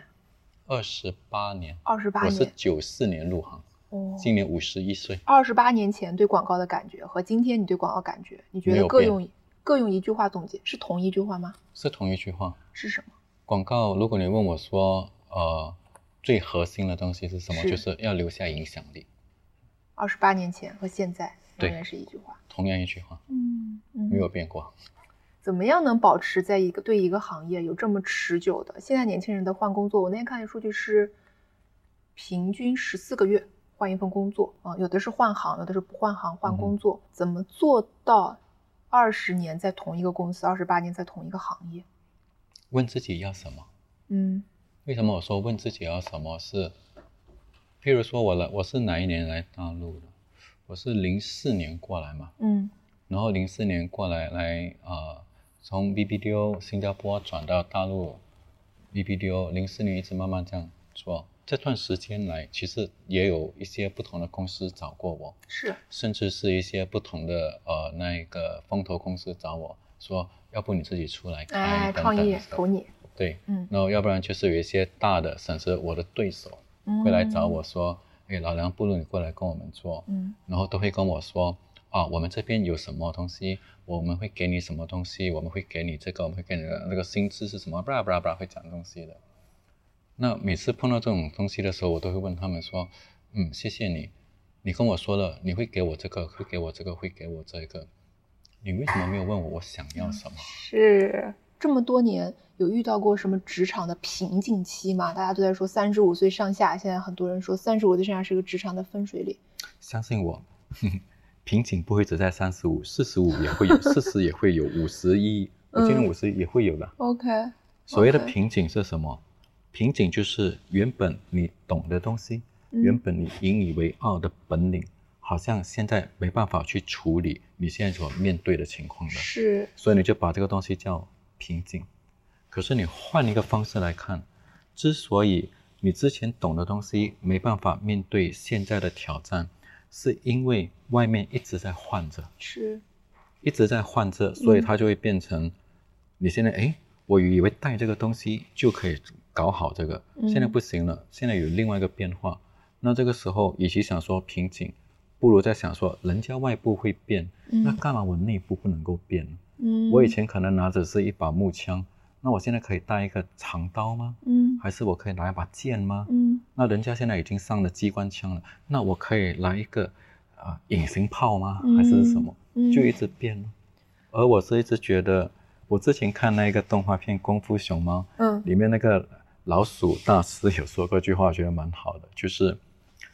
28年。 我是94年入行，今年51岁。 28年前对广告的感觉和今天你对广告感觉，你觉得各用一句话总结，是同一句话吗？ 是同一句话。 是什么？ 广告，如果你问我说最核心的东西是什么，就是要留下影响力。 28年前和现在永远是一句话， 同样一句话，没有变过。 怎么样能保持在对一个行业有这么持久的？现在年轻人的换工作，我那天看的数据是平均14个月换一份工作有的是换行，有的是不换行换工作。怎么做到20年在同一个公司，28年在同一个行业？ 问自己要什么。为什么我说问自己要什么？是譬如说我是哪一年来大陆的？我是04年过来嘛，然后04年过来从 BBDO 新加坡转到大陆 BBDO， 04年一直慢慢这样做。这段时间来，其实也有一些不同的公司找过我，甚至是一些不同的那一个风投公司找我说，要不你自己出来开创业投你。 对，然后要不然就是有一些大的，甚至我的对手会来找我说，老梁，不如你过来跟我们做，然后都会跟我说我们这边有什么东西，我们会给你什么东西，我们会给你这个，我们会给你那个薪资是什么，会讲东西的。那每次碰到这种东西的时候，我都会问他们说，谢谢你，你跟我说了，你会给我这个，会给我这个，会给我这个，你为什么没有问我想要什么？ 是这么多年有遇到过什么职场的瓶颈期吗？大家都在说35岁上下，现在很多人说35岁上下是个职场的分水岭。 相信我，瓶颈不会只在35， 45也会有，40也会有，51，我今年50也会有的。 OK。 所谓的瓶颈是什么？瓶颈就是原本你懂的东西，原本你引以为傲的本领，好像现在没办法去处理你现在所面对的情况的。 是。 所以你就把这个东西叫瓶颈。可是你换一个方式来看，之所以你之前懂的东西没办法面对现在的挑战，是因为外面一直在换着，一直在换着，所以它就会变成你现在我以为带这个东西就可以搞好这个，现在不行了，现在有另外一个变化。那这个时候与其想说瓶颈，不如在想说人家外部会变，那干嘛我内部不能够变呢？我以前可能拿着是一把木枪，那我现在可以带一个长刀吗？还是我可以拿一把剑吗？那人家现在已经上了机关枪了，那我可以来一个隐形炮吗？还是什么？就一直变。而我是一直觉得，我之前看那个动画片《功夫熊猫》，里面那个老鼠大师有说过一句话，我觉得蛮好的，就是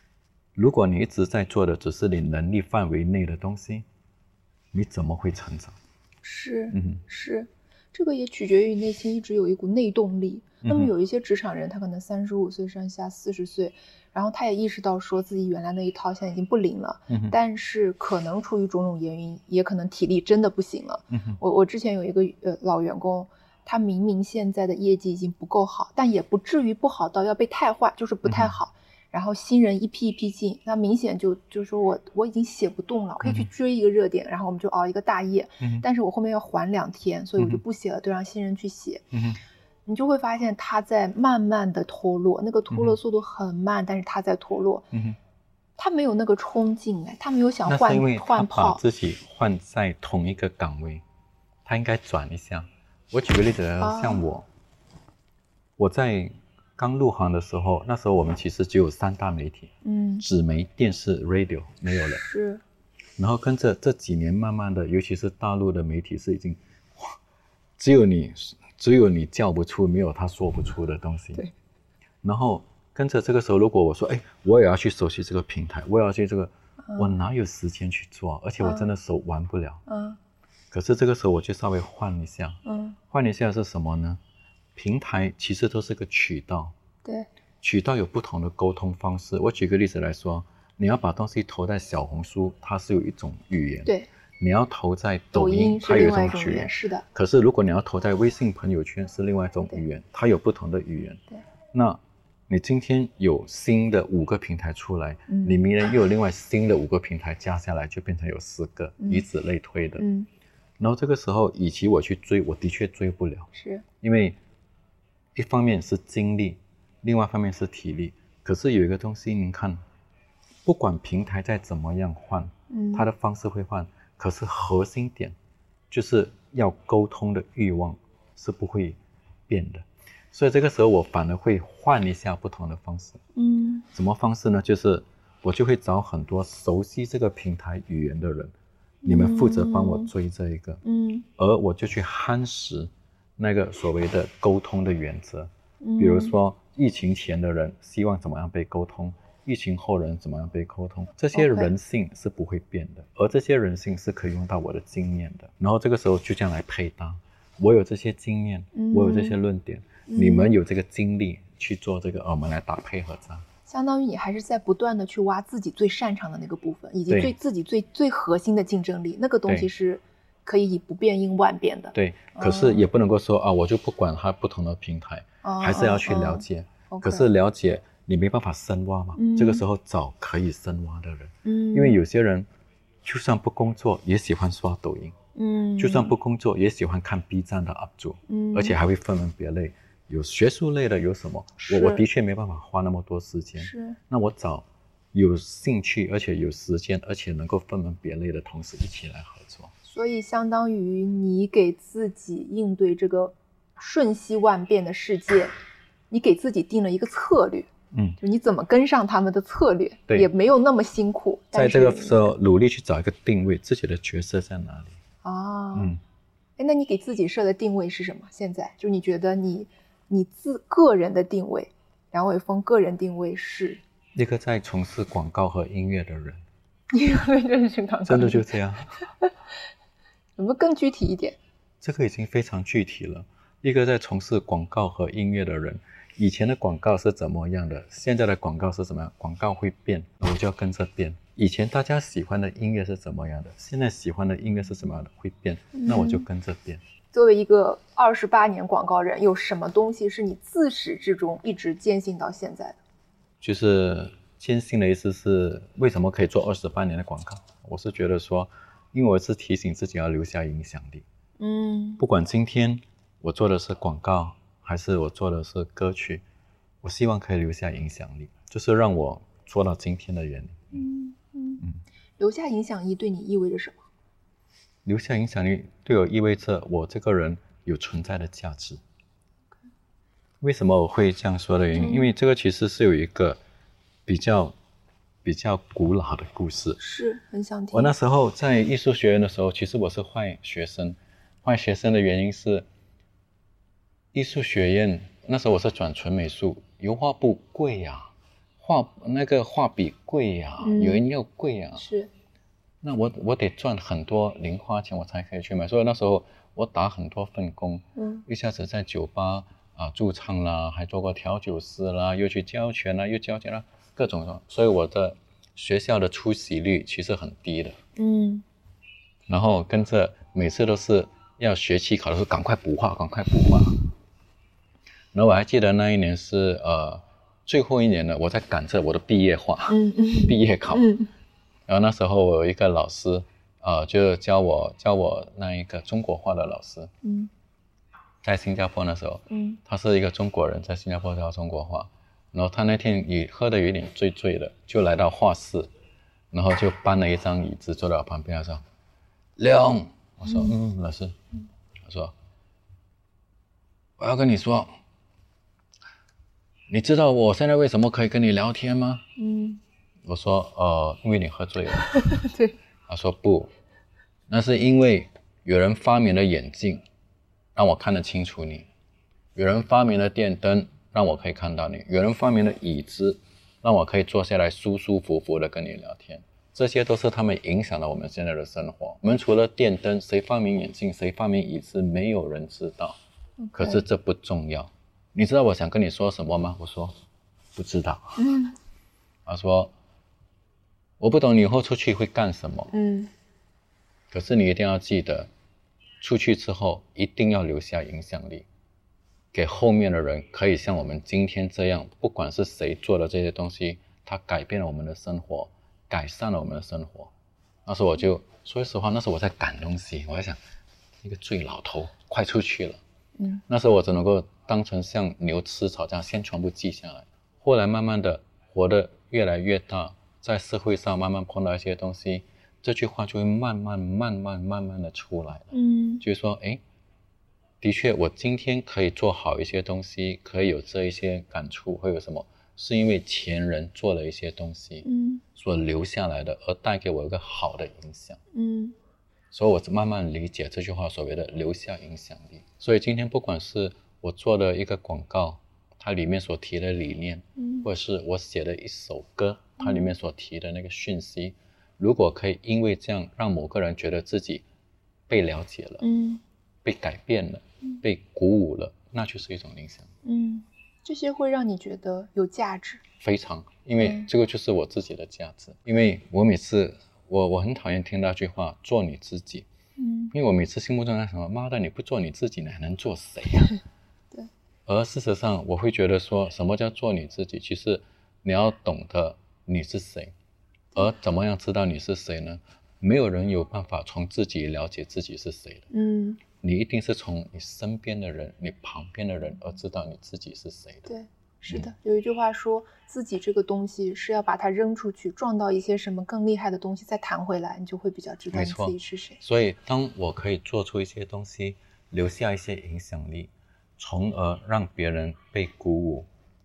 如果你一直在做的只是你能力范围内的东西，你怎么会成长？ 是，是，这个也取决于内心一直有一股内动力。那么有一些职场人，他可能35岁上下，40岁，然后他也意识到说自己原来那一套现在已经不灵了，但是可能出于种种原因，也可能体力真的不行了。我之前有一个老员工，他明明现在的业绩已经不够好，但也不至于不好到要被汰换，就是不太好。然后新人一批一批进，那明显就说我已经写不动了，可以去追一个热点，然后我们就熬一个大夜，但是我后面要缓2天，所以我就不写了，就让新人去写。你就会发现他在慢慢的脱落，那个脱落速度很慢，但是他在脱落。他没有那个冲劲，他没有想换炮。 那是因为他把自己换在同一个岗位，他应该转一下。我举个例子，像我在刚入行的时候，那时候我们其实只有3大媒体，纸媒、电视、radio 没有了。 是。 然后跟着这几年，慢慢的，尤其是大陆的媒体是已经，只有你叫不出，没有他说不出的东西。 对。 然后跟着这个时候，如果我说，我也要去熟悉这个平台，我也要去这个，我哪有时间去做？而且我真的手玩不了。可是这个时候我就稍微换一下。换一下是什么呢？平台其实都是个渠道， 对， 渠道有不同的沟通方式。我举个例子来说，你要把东西投在小红书，它是有一种语言， 对， 你要投在抖音，它有一种语言， 是的。 可是如果你要投在微信朋友圈，是另外一种语言，它有不同的语言。 对， 那你今天有新的5个平台出来，你明年又有另外新的5个平台加下来，就变成有10个，以此类推的。然后这个时候，与其我去追，我的确追不了， 是因为一方面是精力，另外一方面是体力。可是有一个东西，您看，不管平台再怎么样换，它的方式会换，可是核心点就是要沟通的欲望是不会变的。所以这个时候我反而会换一下不同的方式。什么方式呢？就是我就会找很多熟悉这个平台语言的人，你们负责帮我追这一个，而我就去夯实那个所谓的沟通的原则。比如说疫情前的人希望怎么样被沟通，疫情后人怎么样被沟通，这些人性是不会变的，而这些人性是可以用到我的经验的。然后这个时候就这样来配搭，我有这些经验，我有这些论点，你们有这个精力去做这个，我们来打配合战。 相当于你还是在不断的去挖自己最擅长的那个部分，以及自己最核心的竞争力，那个东西是可以以不变应万变的。 对，可是也不能够说我就不管它不同的平台，还是要去了解。可是了解你没办法深挖嘛，这个时候找可以深挖的人。因为有些人就算不工作也喜欢刷抖音，就算不工作也喜欢看 B 站的 UP 主，而且还会分门别类，有学术类的，有什么我的确没办法花那么多时间，那我找有兴趣而且有时间而且能够分门别类的同事一起来合作。 所以相当于你给自己应对这个瞬息万变的世界，你给自己定了一个策略，就你怎么跟上他们的策略，也没有那么辛苦。 在这个时候努力去找一个定位，自己的角色在哪里。 那你给自己设的定位是什么？现在就你觉得你个人的定位，梁伟峰个人定位是一个在从事广告和音乐的人。 真的就这样。 有没有更具体一点？ 这个已经非常具体了。一个在从事广告和音乐的人，以前的广告是怎么样的，现在的广告是怎么样，广告会变，我就要跟着变。以前大家喜欢的音乐是怎么样的，现在喜欢的音乐是什么样的，会变，那我就跟着变。 作为一个28年广告人，有什么东西是你自始至终一直坚信到现在的？ 就是坚信的意思是为什么可以做28年的广告，我是觉得说，因为我是提醒自己要留下影响力。不管今天我做的是广告还是我做的是歌曲，我希望可以留下影响力，就是让我做到今天的原因。 留下影响力对你意味着什么？ 留下影响力对我意味着我这个人有存在的价值。为什么我会这样说的原因，因为这个其实是有一个比较古老的故事， 是很想听。 我那时候在艺术学院的时候，其实我是坏学生。坏学生的原因是艺术学院那时候我是转纯美术，油画布贵呀， 画笔贵呀，原料贵呀， 是。 那我得赚很多零花钱我才可以去买，所以那时候我打很多份工，一下子在酒吧驻唱啦，还做过调酒师啦，又去教拳啦，又教拳啦，各种，所以我的学校的出席率其实很低的。然后跟着每次都是要学期考的时候赶快补画。然后我还记得那一年是最后一年了，我在赶着我的毕业画，毕业考。然后那时候我有一个老师，就教我那一个中国画的老师，在新加坡那时候，他是一个中国人，在新加坡教中国画。然后他那天也喝得有点醉的，就来到画室，然后就搬了一张椅子坐在我旁边，他说：“Leon。”我说：“老师。”他说：“我要跟你说，你知道我现在为什么可以跟你聊天吗？”我说：“因为你喝醉了。” 对。 他说：“不，那是因为有人发明了眼镜，让我看得清楚你；有人发明了电灯，让我可以看到你；有人发明了椅子，让我可以坐下来舒舒服服的跟你聊天。这些都是他们影响了我们现在的生活。我们除了电灯，谁发明眼镜，谁发明椅子，没有人知道。可是这不重要。你知道我想跟你说什么吗？”我说：“不知道。”他说：“我不懂你以后出去会干什么。可是你一定要记得，出去之后一定要留下影响力，给后面的人可以像我们今天这样，不管是谁做的这些东西，它改变了我们的生活，改善了我们的生活。”那时候我就说实话，那时候我在赶东西，我在想一个醉老头快出去了。那时候我只能够当成像牛吃草这样先全部记下来。后来慢慢的活得越来越大，在社会上慢慢碰到一些东西，这句话就会慢慢的出来了。就是说的确我今天可以做好一些东西，可以有这一些感触，会有什么，是因为前人做了一些东西所留下来的，而带给我一个好的影响。所以我慢慢理解这句话所谓的留下影响力。所以今天不管是我做的一个广告，它里面所提的理念，或者是我写的一首歌，它里面所提的那个讯息，如果可以因为这样让某个人觉得自己被了解了，被改变了，被鼓舞了，那就是一种影响。 这些会让你觉得有价值。 非常，因为这个就是我自己的价值。因为我每次我很讨厌听那句话做你自己。因为我每次心目中在想，妈的，你不做你自己，你还能做谁啊？ 对。 而事实上我会觉得说，什么叫做你自己？其实你要懂得你是谁。而怎么样知道你是谁呢？没有人有办法从自己了解自己是谁的。你一定是从你身边的人，你旁边的人而知道你自己是谁的。 对，是的。有一句话说，自己这个东西是要把它扔出去，撞到一些什么更厉害的东西再弹回来，你就会比较知道你自己是谁。 所以当我可以做出一些东西，留下一些影响力，从而让别人被鼓舞，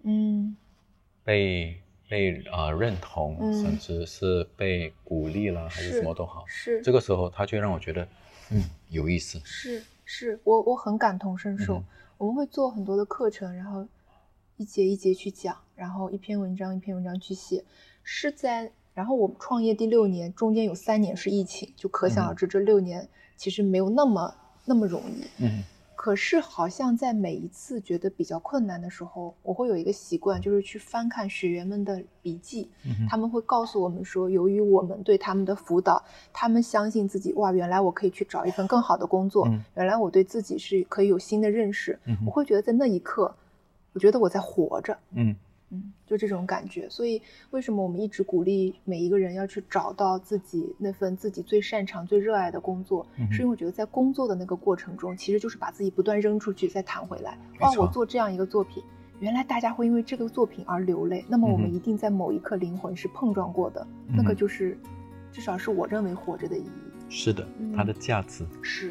被认同，甚至是被鼓励了，还是什么都好，这个时候他就让我觉得有意思。 是我很感同身受。我们会做很多的课程，然后一节一节去讲，然后一篇文章一篇文章去写。然后我们创业第6年，中间有3年是疫情，就可想而知这6年其实没有那么容易。可是好像在每一次觉得比较困难的时候，我会有一个习惯，就是去翻看学员们的笔记。他们会告诉我们说，由于我们对他们的辅导，他们相信自己，哇，原来我可以去找一份更好的工作，原来我对自己是可以有新的认识。我会觉得在那一刻，我觉得我在活着。就这种感觉。所以为什么我们一直鼓励每一个人要去找到自己那份自己最擅长最热爱的工作，是因为我觉得在工作的那个过程中，其实就是把自己不断扔出去再弹回来。我做这样一个作品，原来大家会因为这个作品而流泪，那么我们一定在某一刻灵魂是碰撞过的，那个就是至少是我认为活着的意义。 是的，它的价值是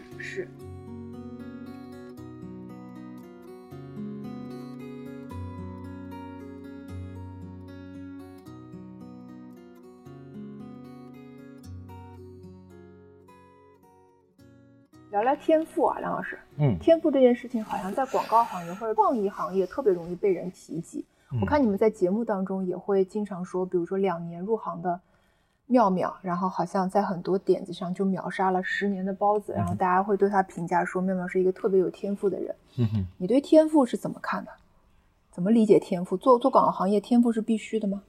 聊聊天赋啊，梁老师。天赋这件事情好像在广告行业或者创意行业特别容易被人提及。 我看你们在节目当中也会经常说，比如说2年入行的妙妙，然后好像在很多点子上就秒杀了10年的包子，然后大家会对他评价说妙妙是一个特别有天赋的人。你对天赋是怎么看的？怎么理解天赋？做广告行业，天赋是必须的吗？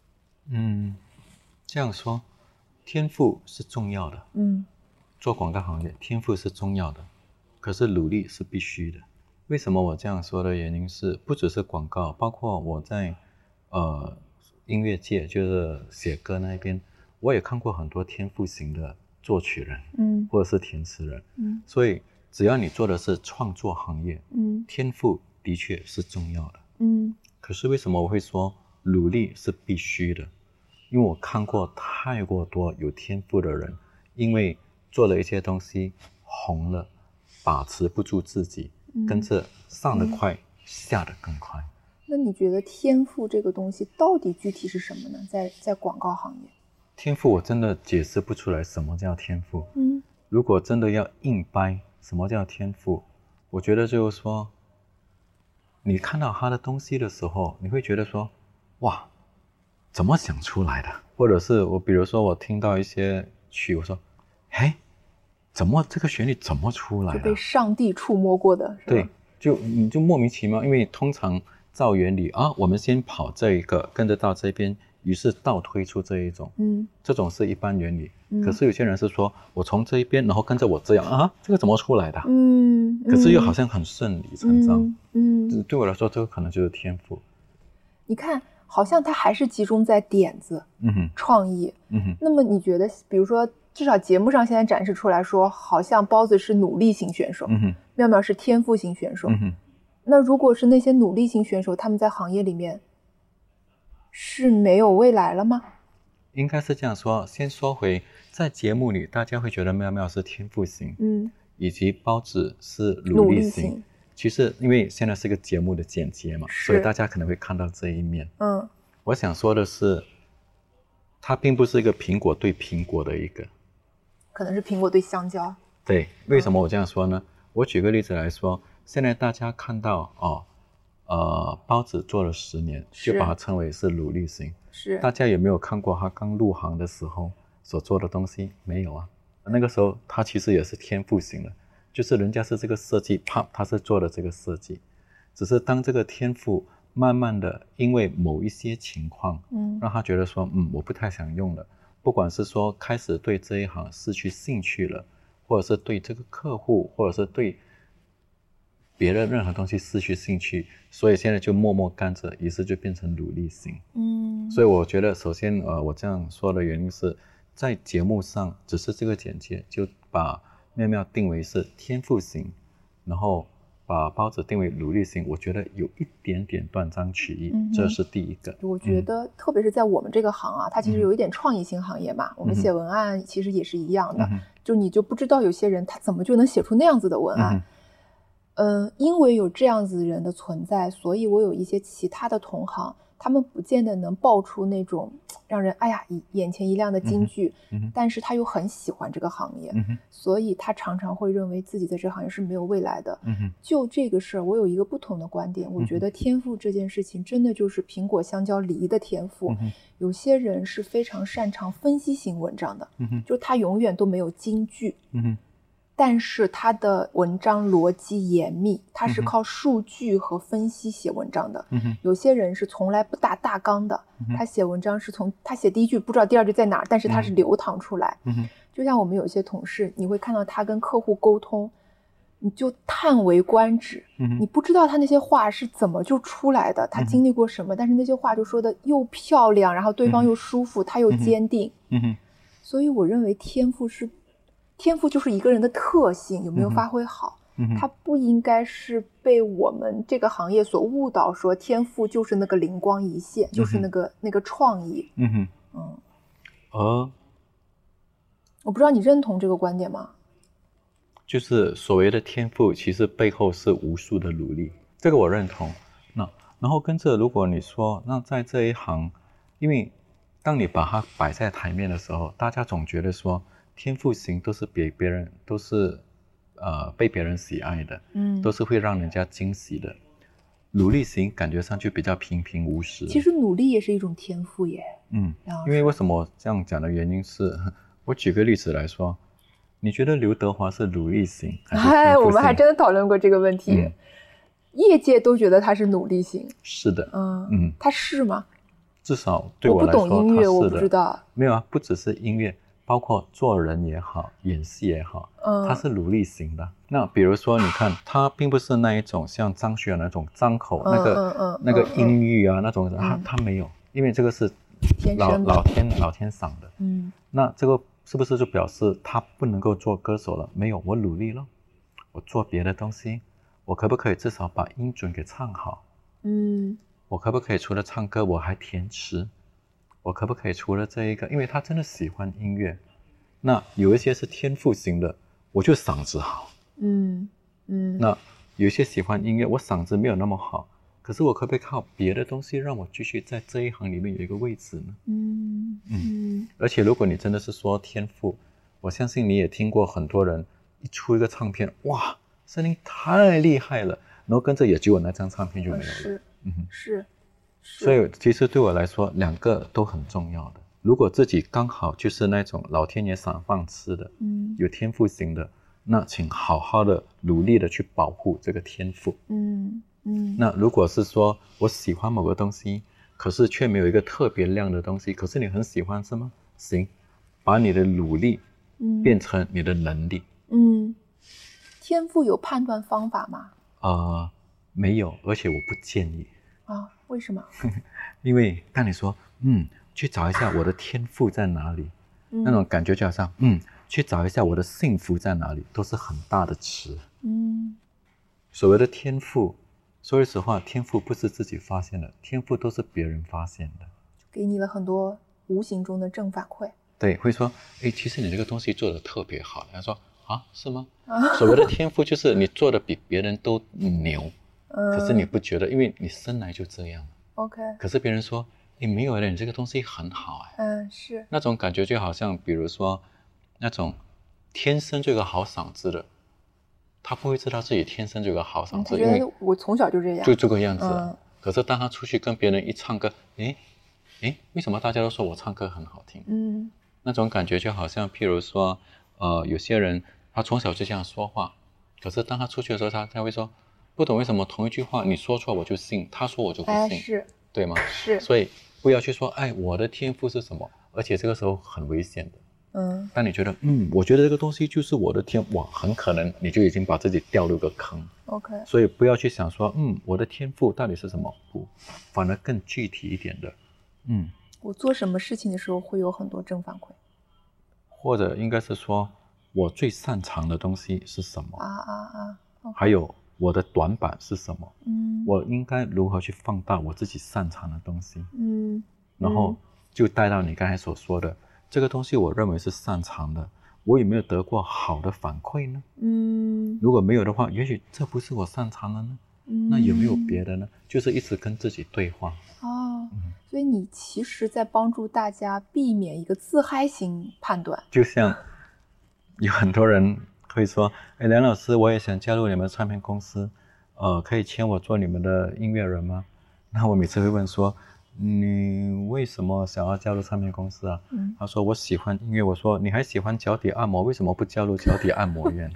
这样说，天赋是重要的。做广告行业，天赋是重要的，可是努力是必须的。为什么我这样说的原因是，不只是广告，包括我在音乐界，就是写歌那边，我也看过很多天赋型的作曲人，或者是填词人，所以只要你做的是创作行业，天赋的确是重要的，可是为什么我会说努力是必须的？因为我看过太过多有天赋的人，因为做了一些东西红了，把持不住自己，跟着上得快，下得更快。 那你觉得天赋这个东西到底具体是什么呢？在广告行业， 天赋我真的解释不出来什么叫天赋。如果真的要硬掰什么叫天赋，我觉得就是说，你看到他的东西的时候，你会觉得说，哇，怎么想出来的？或者是比如说我听到一些曲，我说，嘿，怎么这个旋律怎么出来的？ 就被上帝触摸过的，是吧？ 对，你就莫名其妙，因为通常照原理啊，我们先跑这一个，跟着到这边，于是倒推出这一种，这种是一般原理。可是有些人是说，我从这一边，然后跟着我这样啊，这个怎么出来的？可是又好像很顺理成章。对我来说，这个可能就是天赋。 你看，好像它还是集中在点子，创意。那么你觉得，比如说，至少节目上现在展示出来说，好像包子是努力型选手，妙妙是天赋型选手。那如果是那些努力型选手，他们在行业里面是没有未来了吗？ 应该是这样说。先说回在节目里，大家会觉得妙妙是天赋型，以及包子是努力型。其实因为现在是个节目的剪接嘛，所以大家可能会看到这一面。我想说的是，它并不是一个苹果对苹果的一个， 可能是苹果对香蕉。 对，为什么我这样说呢？我举个例子来说，现在大家看到包子做了10年，就把它称为是努力型。 是， 大家有没有看过他刚入行的时候所做的东西？没有啊，那个时候他其实也是天赋型的，就是人家是这个设计，他是做的这个设计，只是当这个天赋慢慢的因为某一些情况，让他觉得说，我不太想用了，不管是说开始对这一行失去兴趣了，或者是对这个客户，或者是对别的任何东西失去兴趣，所以现在就默默干着，于是就变成努力型。所以我觉得首先我这样说的原因是在节目上只是这个简介就把妙妙定为是天赋型，然后把包子定为努力型，我觉得有一点点断章取义，这是第一个。 我觉得特别是在我们这个行啊，它其实有一点创意型行业嘛，我们写文案其实也是一样的，就你就不知道有些人他怎么就能写出那样子的文案。因为有这样子人的存在，所以我有一些其他的同行，他们不见得能爆出那种让人眼前一亮的金句，但是他又很喜欢这个行业，所以他常常会认为自己在这个行业是没有未来的。就这个事儿，我有一个不同的观点，我觉得天赋这件事情真的就是苹果、香蕉、梨的天赋。有些人是非常擅长分析型文章的，就他永远都没有金句。但是他的文章逻辑严密，他是靠数据和分析写文章的。有些人是从来不打大纲的，他写文章是他写第一句不知道第二句在哪儿，但是他是流淌出来。就像我们有些同事，你会看到他跟客户沟通，你就叹为观止。你不知道他那些话是怎么就出来的，他经历过什么，但是那些话就说的又漂亮，然后对方又舒服，他又坚定。所以我认为天赋就是一个人的特性有没有发挥好，他不应该是被我们这个行业所误导，说天赋就是那个灵光一现，就是那个创意。我不知道你认同这个观点吗？ 就是所谓的天赋，其实背后是无数的努力，这个我认同。然后跟着，如果你说那在这一行，因为当你把它摆在台面的时候，大家总觉得说天赋型都是别人都是被别人喜爱的，都是会让人家惊喜的。 努力型感觉上去比较平平无奇。 其实努力也是一种天赋耶。 因为为什么这样讲的原因是，我举个例子来说，你觉得刘德华是努力型还是天赋型？ 我们还真的讨论过这个问题。业界都觉得他是努力型。 是的。 他是吗？ 至少对我来说， 我不懂音乐，我不知道。 没有啊，不只是音乐，包括做人也好，演戏也好，他是努力型的。那比如说，你看他并不是那一种像张学友那种张口那个音域啊那种，他没有，因为这个是老天赏的。那这个是不是就表示他不能够做歌手了？没有，我努力了，我做别的东西。我可不可以至少把音准给唱好？我可不可以除了唱歌我还填词？我可不可以除了这一个，因为他真的喜欢音乐。那有一些是天赋型的，我就嗓子好。那有一些喜欢音乐，我嗓子没有那么好，可是我可不可以靠别的东西让我继续在这一行里面有一个位置呢？而且如果你真的是说天赋，我相信你也听过很多人一出一个唱片，哇，声音太厉害了，然后跟着也只有那张唱片就没有了。 是。 所以其实对我来说，两个都很重要的。如果自己刚好就是那种老天爷赏饭吃的，有天赋型的，那请好好的努力的去保护这个天赋。那如果是说我喜欢某个东西，可是却没有一个特别亮的东西，可是你很喜欢是吗？行，把你的努力变成你的能力。 天赋有判断方法吗？ 没有，而且我不建议。 为什么？ 因为当你说去找一下我的天赋在哪里，那种感觉就好像去找一下我的幸福在哪里，都是很大的词。所谓的天赋，说实话，天赋不是自己发现的，天赋都是别人发现的， 给你了很多无形中的正反馈。 对，会说其实你这个东西做得特别好。他说是吗？所谓的天赋就是你做的比别人都牛，可是你不觉得，因为你生来就这样。 OK。 可是别人说没有，你这个东西很好。 是。 那种感觉就好像比如说那种天生就有个好嗓子的，他不会知道自己天生就有个好嗓子， 因为我从小就这样， 就这个样子。可是当他出去跟别人一唱歌，为什么大家都说我唱歌很好听？那种感觉就好像譬如说有些人他从小就这样说话，可是当他出去的时候，他会说不懂为什么同一句话你说错我就信，他说我就不信。 是， 对吗？ 是。 所以不要去说我的天赋是什么，而且这个时候很危险的。当你觉得我觉得这个东西就是我的天，哇，很可能你就已经把自己掉入个坑。 OK。 所以不要去想说我的天赋到底是什么，不，反而更具体一点的。 我做什么事情的时候会有很多正反馈， 或者应该是说我最擅长的东西是什么 okay。 还有我的短板是什么？我应该如何去放大我自己擅长的东西？然后就带到你刚才所说的这个东西，我认为是擅长的，我有没有得过好的反馈呢？如果没有的话，也许这不是我擅长的呢。那有没有别的呢？就是一直跟自己对话。 所以你其实在帮助大家避免一个自嗨型判断。 就像有很多人会说梁老师，我也想加入你们唱片公司，可以签我做你们的音乐人吗？那我每次会问说，你为什么想要加入唱片公司啊？他说我喜欢音乐。我说你还喜欢脚底按摩，为什么不加入脚底按摩院呢？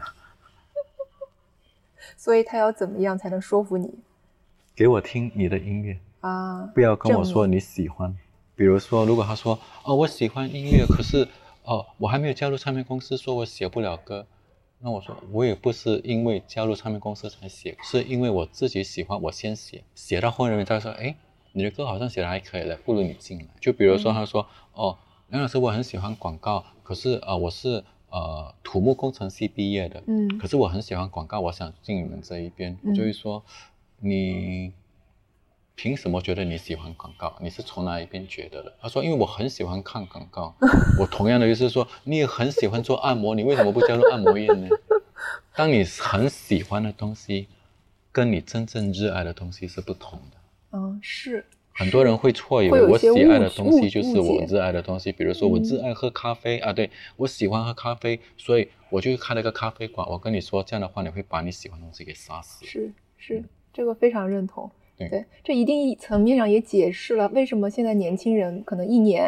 所以他要怎么样才能说服你？ 给我听你的音乐不要跟我说你喜欢。比如说如果他说我喜欢音乐，可是我还没有加入唱片公司，说我写不了歌。那我说我也不是因为加入唱片公司才写，是因为我自己喜欢，我先写到后面再说你的歌好像写得还可以了，不如你进来。就比如说他说梁老师，我很喜欢广告，可是我是土木工程系毕业的，可是我很喜欢广告，我想进你们这一边。我就会说你凭什么觉得你喜欢广告？你是从哪一边觉得的？他说因为我很喜欢看广告。我同样的意思是说你也很喜欢做按摩，你为什么不加入按摩院呢？当你很喜欢的东西跟你真正热爱的东西是不同的。 是很多人会错以为我喜爱的东西就是我热爱的东西。比如说我热爱喝咖啡对，我喜欢喝咖啡，所以我就开了个咖啡馆。我跟你说这样的话，你会把你喜欢的东西给杀死。 是这个非常认同。 对，这一定层面上也解释了为什么现在年轻人可能一年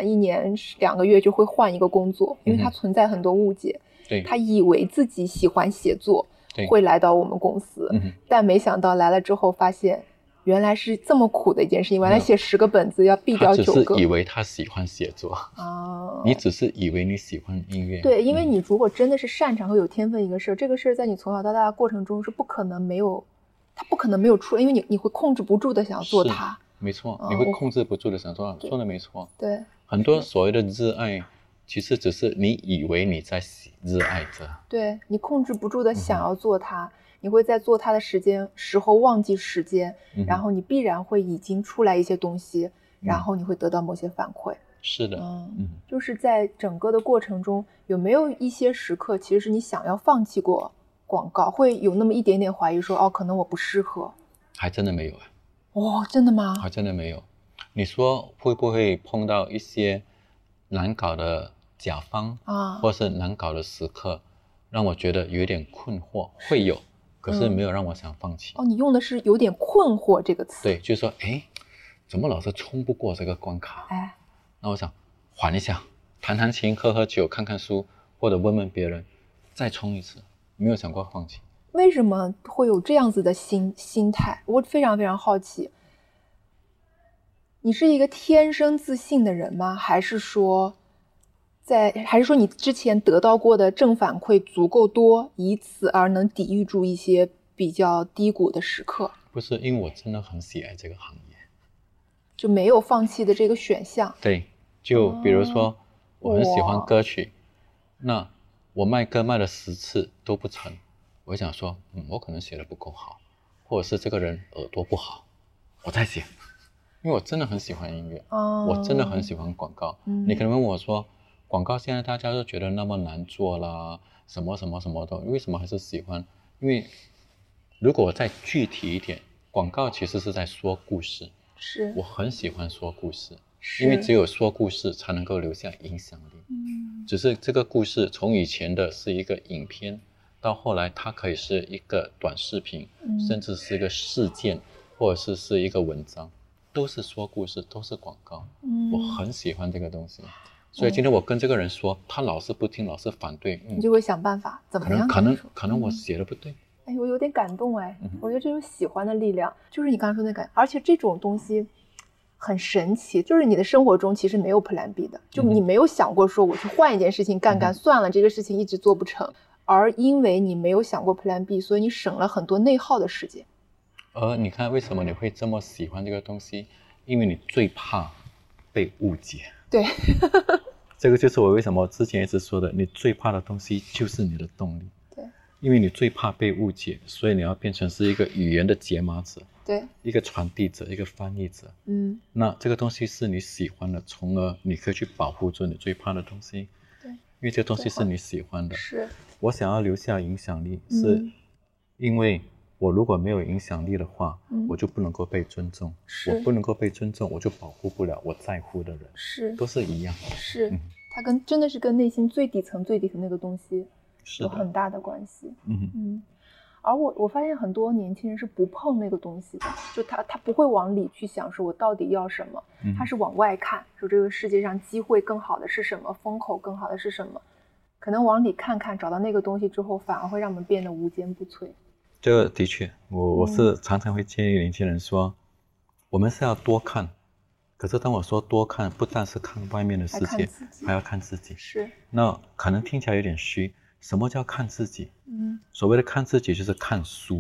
2个月就会换一个工作，因为他存在很多误解。 对， 他以为自己喜欢写作，会来到我们公司，但没想到来了之后发现原来是这么苦的一件事情，原来写10个本子要毙掉9个。 他只是以为他喜欢写作你只是以为你喜欢音乐。 对，因为你如果真的是擅长和有天分一个事儿，这个事儿在你从小到大的过程中是不可能没有出来，因为你会控制不住的想要做它。 没错，你会控制不住的想做，说的没错。 对， 很多所谓的热爱其实只是你以为你在热爱着， 对，你控制不住的想要做它，你会在做它的时候忘记时间，然后你必然会已经出来一些东西，然后你会得到某些反馈。 是的， 就是在整个的过程中，有没有一些时刻，其实是你想要放弃过广告，会有那么一点点怀疑说，哦，可能我不适合？ 还真的没有真的吗？ 还真的没有。你说会不会碰到一些难搞的甲方或是难搞的时刻，让我觉得有点困惑？会有，可是没有让我想放弃。 你用的是有点困惑这个词。 对，就是说，怎么老是冲不过这个关卡？那我想缓一下，弹琴，喝酒，看看书，或者问问别人，再冲一次。没有想过放弃。 为什么会有这样子的心态？我非常非常好奇。你是一个天生自信的人吗？还是说你之前得到过的正反馈足够多，以此而能抵御住一些比较低谷的时刻？ 不是，因为我真的很喜爱这个行业， 就没有放弃的这个选项。 对，就比如说我很喜欢歌曲，那我卖歌卖了10次都不成，我想说我可能写的不够好，或者是这个人耳朵不好，我再写。因为我真的很喜欢音乐，我真的很喜欢广告。你可能问我说，广告现在大家都觉得那么难做啦，什么什么什么的，为什么还是喜欢？因为如果我再具体一点，广告其实是在说故事， 是我很喜欢说故事，因为只有说故事才能够留下影响力。只是这个故事从以前的是一个影片，到后来它可以是一个短视频，甚至是一个事件，或者是一个文章。都是说故事，都是广告。我很喜欢这个东西，所以今天我跟这个人说，他老是不听，老是反对， 你就会想办法怎么样？ 可能我写的不对。 我有点感动我觉得这种喜欢的力量，就是你刚刚说那感，而且这种东西很神奇，就是你的生活中其实没有 Plan B 的，就你没有想过说我去换一件事情干算了，这个事情一直做不成，而因为你没有想过 Plan B， 所以你省了很多内耗的时间。 你看为什么你会这么喜欢这个东西？因为你最怕被误解。 对， 这个就是我为什么之前一直说的，你最怕的东西就是你的动力。 对， 因为你最怕被误解，所以你要变成是一个语言的解码者， 对， 一个传递者，一个翻译者。那这个东西是你喜欢的，从而你可以去保护住你最怕的东西。 对，因为这东西是你喜欢的。 是， 我想要留下影响力，是因为我如果没有影响力的话，我就不能够被尊重。我不能够被尊重，我就保护不了我在乎的人。都是一样。 它真的是跟内心最底层那个东西有很大的关系。而我发现很多年轻人是不碰那个东西的，就他不会往里去想说我到底要什么，他是往外看，说这个世界上机会更好的是什么，风口更好的是什么，可能往里看看，找到那个东西之后，反而会让我们变得无坚不摧。 这个的确，我是常常会建议年轻人说，我们是要多看，可是当我说多看，不但是看外面的世界，还要看自己。 是， 那可能听起来有点虚，什么叫看自己？所谓的看自己就是看书。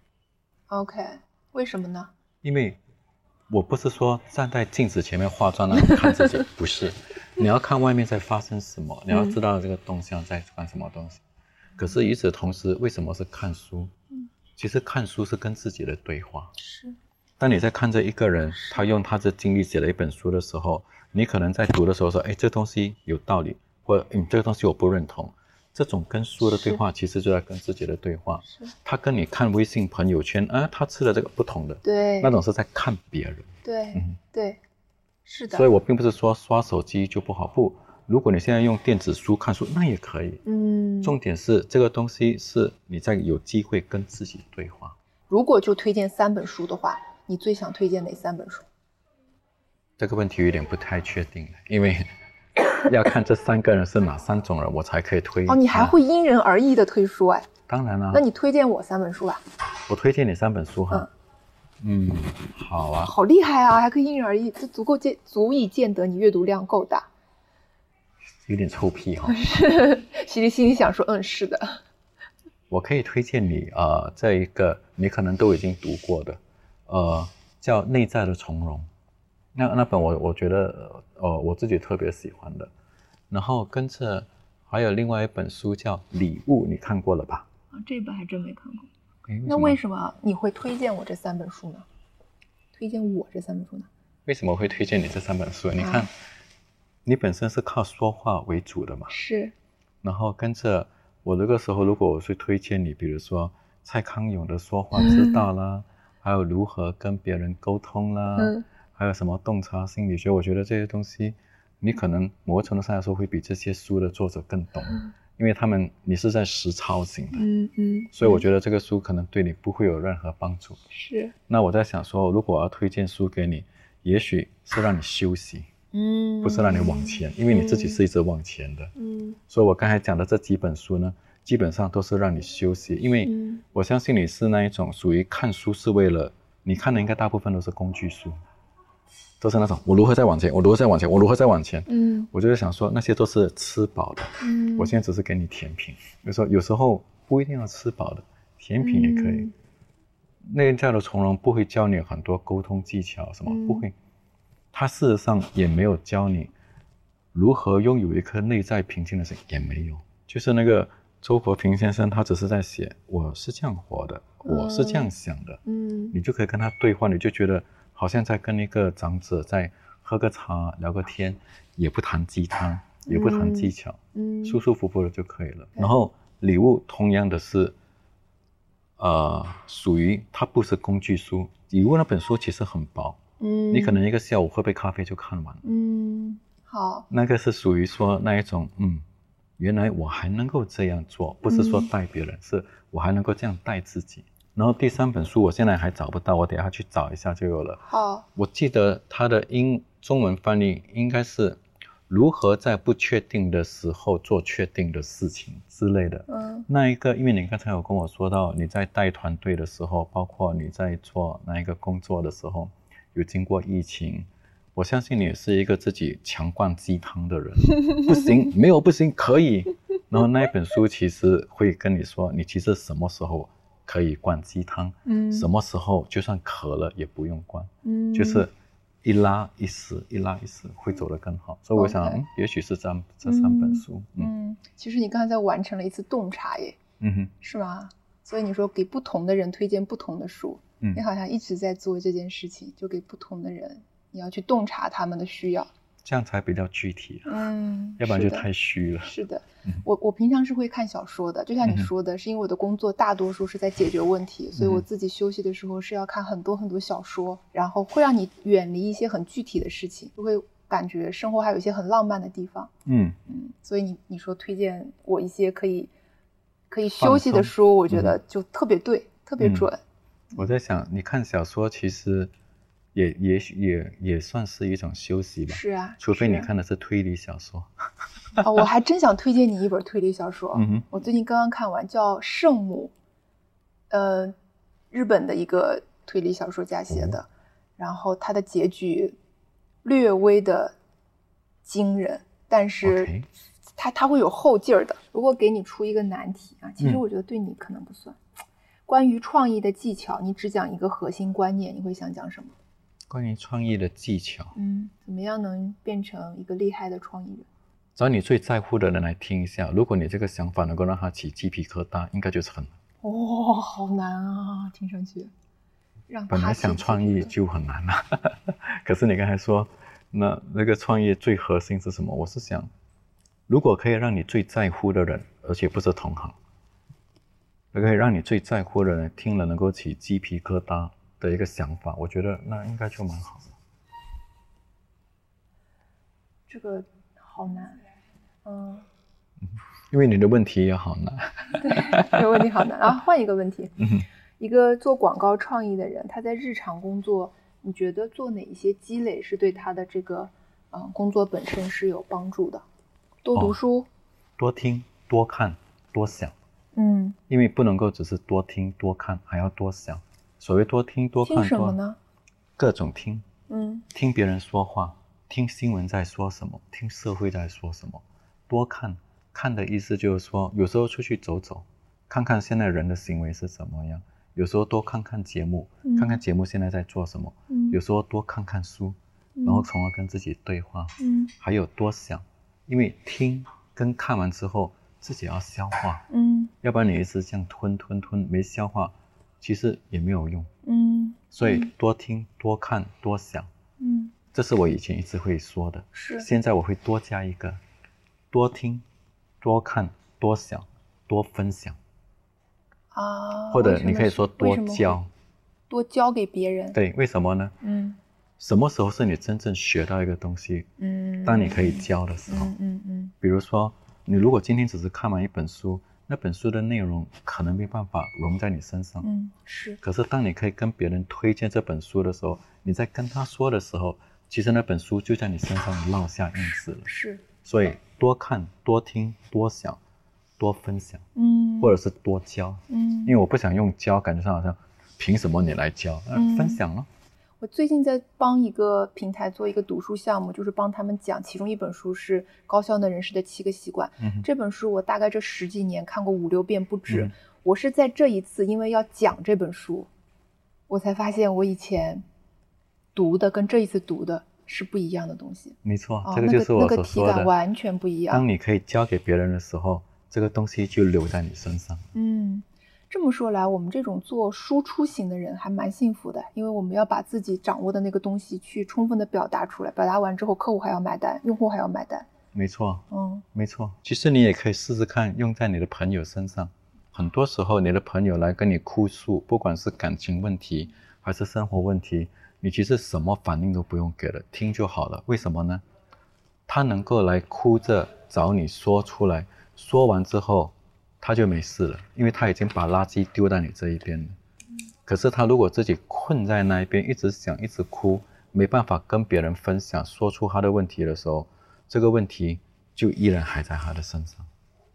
OK， 为什么呢？ 因为我不是说站在镜子前面化妆那种看自己，不是，你要看外面在发生什么，你要知道这个动向在干什么东西。可是与此同时，为什么是看书？其实看书是跟自己的对话。 是。 当你在看着一个人，他用他的经历写了一本书的时候，你可能在读的时候说，这东西有道理，或者这个东西我不认同。这种跟书的对话，其实就在跟自己的对话。他跟你看微信朋友圈，他吃了这个不同的， 对， 那种是在看别人。 对，对，是的。 所以我并不是说刷手机就不好，不。如果你现在用电子书看书，那也可以。重点是这个东西是你在有机会跟自己对话。 如果就推荐3本书的话， 你最想推荐哪3本书？ 这个问题有点不太确定，因为要看这3个人是哪3种人，我才可以推。 哦，你还会因人而异的推书哎？ 当然啦。 那你推荐我3本书吧。 我推荐你3本书哈。好啊。 好厉害啊，还可以因人而异，这足以见得你阅读量够大。 有点臭屁哈。 心里想说，是的。 我可以推荐你这一个你可能都已经读过的，叫《内在的从容》。那本我觉得我自己特别喜欢的。然后跟着还有另外一本书叫《礼物》，你看过了吧？ 这本还真没看过。那为什么你会推荐我这3本书呢？推荐我这3本书呢？ 为什么会推荐你这3本书？你看，你本身是靠说话为主的嘛。 是。 然后跟着我这个时候，如果我是推荐你，比如说蔡康永的说话之道啦，还有如何跟别人沟通啦，还有什么洞察心理学，我觉得这些东西你可能某个程度上来说会比这些书的作者更懂，因为你是在实操型的，所以我觉得这个书可能对你不会有任何帮助。 是。 那我在想说，如果我要推荐书给你，也许是让你休息，不是让你往前，因为你自己是一直往前的。所以我刚才讲的这几本书呢，基本上都是让你休息，因为我相信你是那一种属于看书是为了你看的，应该大部分都是工具书，都是那种我如何再往前，我如何再往前，我如何再往前。我就是想说那些都是吃饱的，我现在只是给你甜品。有时候不一定要吃饱的，甜品也可以。内在的从容不会教你很多沟通技巧什么，不会。它事实上也没有教你如何拥有一颗内在平静的心，也没有。就是那个周国平先生，他只是在写我是这样活的，我是这样想的，你就可以跟他对话，你就觉得好像在跟一个长者在喝个茶聊个天，也不谈鸡汤，也不谈技巧，舒舒服服的就可以了。然后礼物同样的是属于它不是工具书，礼物那本书其实很薄，你可能一个下午喝杯咖啡就看完了。 好。 那个是属于说那一种原来我还能够这样做，不是说带别人，是我还能够这样带自己。然后第3本书我现在还找不到，我等一下去找一下就有了。 好。 我记得它的中文翻译应该是如何在不确定的时候做确定的事情之类的。那一个，因为你刚才有跟我说到你在带团队的时候，包括你在做那一个工作的时候，有经过疫情，我相信你是一个自己强灌鸡汤的人。不行，没有不行，可以。然后那一本书其实会跟你说，你其实什么时候可以灌鸡汤，什么时候就算渴了也不用灌，就是一拉一死，一拉一死会走得更好。所以我想，也许是这3本书。 其实你刚才完成了一次洞察耶。是吗？所以你说给不同的人推荐不同的书，你好像一直在做这件事情，就给不同的人，你要去洞察他们的需要， 这样才比较具体。要不然就太虚了。 是的。我平常是会看小说的，就像你说的，是因为我的工作大多数是在解决问题，所以我自己休息的时候是要看很多很多小说，然后会让你远离一些很具体的事情，就会感觉生活还有一些很浪漫的地方。所以你说推荐我一些可以休息的书，我觉得就特别对，特别准。 我在想，你看小说其实也算是一种休息吧。 是啊， 除非你看的是推理小说。 我还真想推荐你一本推理小说。我最近刚刚看完，叫《圣母》，日本的一个推理小说家写的，然后它的结局略微的惊人，但是它会有后劲儿的。如果给你出一个难题啊，其实我觉得对你可能不算。关于创意的技巧，你只讲一个核心观念，你会想讲什么？ 关于创意的技巧， 怎么样能变成一个厉害的创意人？ 找你最在乎的人来听一下，如果你这个想法能够让他起鸡皮疙瘩，应该就是很难。 好难啊，听上去。 本来想创意就很难啊。可是你刚才说那个创业最核心是什么？我是想，如果可以让你最在乎的人，而且不是同行，可以让你最在乎的人听了能够起鸡皮疙瘩的一个想法，我觉得那应该就蛮好的。 这个好难。 因为你的问题也好难。 对，这个问题好难啊！换一个问题， 一个做广告创意的人，他在日常工作，你觉得做哪一些积累是对他的这个工作本身是有帮助的？多读书， 多听，多看，多想。因为不能够只是多听多看，还要多想。所谓多听多看， 听什么呢？ 各种听。听别人说话，听新闻在说什么，听社会在说什么。多看，看的意思就是说，有时候出去走走，看看现在人的行为是怎么样。有时候多看看节目，看看节目现在在做什么。有时候多看看书，然后从而跟自己对话。还有多想，因为听跟看完之后自己要消化。要不然你一直这样吞没消化，其实也没有用。所以多听多看多想。这是我以前一直会说的。现在我会多加一个，多听多看多想多分享。或者你可以说多教， 多教给别人。 对，为什么呢？什么时候是你真正学到一个东西？当你可以教的时候。比如说你如果今天只是看完一本书，那本书的内容可能没办法融在你身上。可是当你可以跟别人推荐这本书的时候，你在跟他说的时候，其实那本书就在你身上烙下印子了。所以多看多听多想多分享。或者是多教。因为我不想用教，感觉上好像凭什么你来教？分享了。 我最近在帮一个平台做一个读书项目，就是帮他们讲，其中一本书是《高效能人士的7个习惯》。这本书我大概这10几年看过5、6遍不止。我是在这一次因为要讲这本书，我才发现我以前读的跟这一次读的是不一样的东西。 没错，这个就是我所说的， 那个体感完全不一样。 当你可以教给别人的时候，这个东西就留在你身上。 这么说来，我们这种做输出型的人还蛮幸福的，因为我们要把自己掌握的那个东西去充分的表达出来，表达完之后客户还要买单，用户还要买单。 没错。没错。其实你也可以试试看用在你的朋友身上。很多时候你的朋友来跟你哭诉，不管是感情问题还是生活问题，你其实什么反应都不用给了，听就好了。为什么呢？他能够来哭着找你说出来，说完之后他就没事了，因为他已经把垃圾丢在你这一边了。可是他如果自己困在那一边，一直想一直哭，没办法跟别人分享，说出他的问题的时候，这个问题就依然还在他的身上。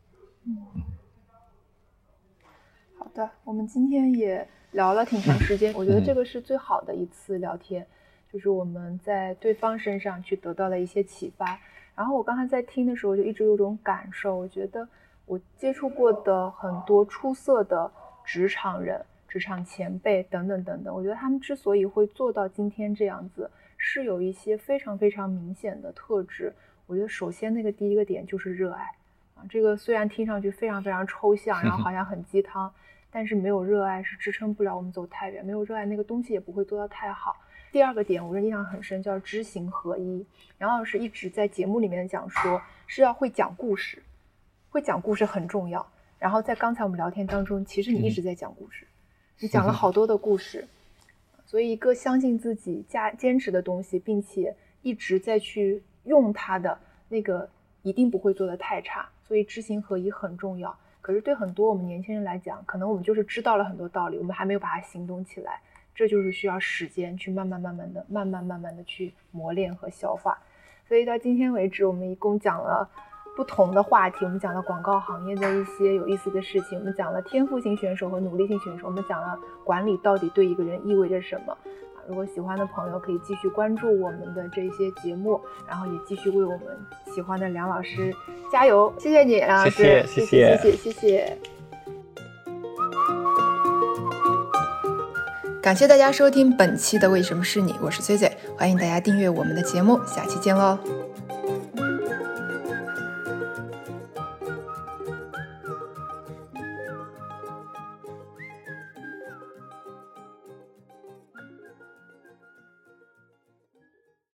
好的，我们今天也聊了挺长时间，我觉得这个是最好的一次聊天，就是我们在对方身上去得到了一些启发。然后我刚才在听的时候就一直有种感受，我觉得我接触过的很多出色的职场人、职场前辈等等等等，我觉得他们之所以会做到今天这样子，是有一些非常非常明显的特质。我觉得首先那个第一个点就是热爱这个虽然听上去非常非常抽象，然后好像很鸡汤，但是没有热爱是支撑不了我们走太远，没有热爱那个东西也不会做到太好。第二个点我印象很深，叫知行合一。杨老师一直在节目里面讲说是要会讲故事，会讲故事很重要。然后在刚才我们聊天当中，其实你一直在讲故事，你讲了好多的故事。所以一个相信自己坚持的东西，并且一直在去用它的那个，一定不会做得太差。所以知行合一很重要。可是对很多我们年轻人来讲，可能我们就是知道了很多道理，我们还没有把它行动起来，这就是需要时间去慢慢的去磨练和消化。所以到今天为止，我们一共讲了不同的话题，我们讲了广告行业的一些有意思的事情，我们讲了天赋型选手和努力型选手，我们讲了管理到底对一个人意味着什么。如果喜欢的朋友可以继续关注我们的这些节目，然后也继续为我们喜欢的梁老师加油。谢谢你，梁老师。谢谢。感谢大家收听本期的为什么是你，我是崔崔，欢迎大家订阅我们的节目，下期见喽。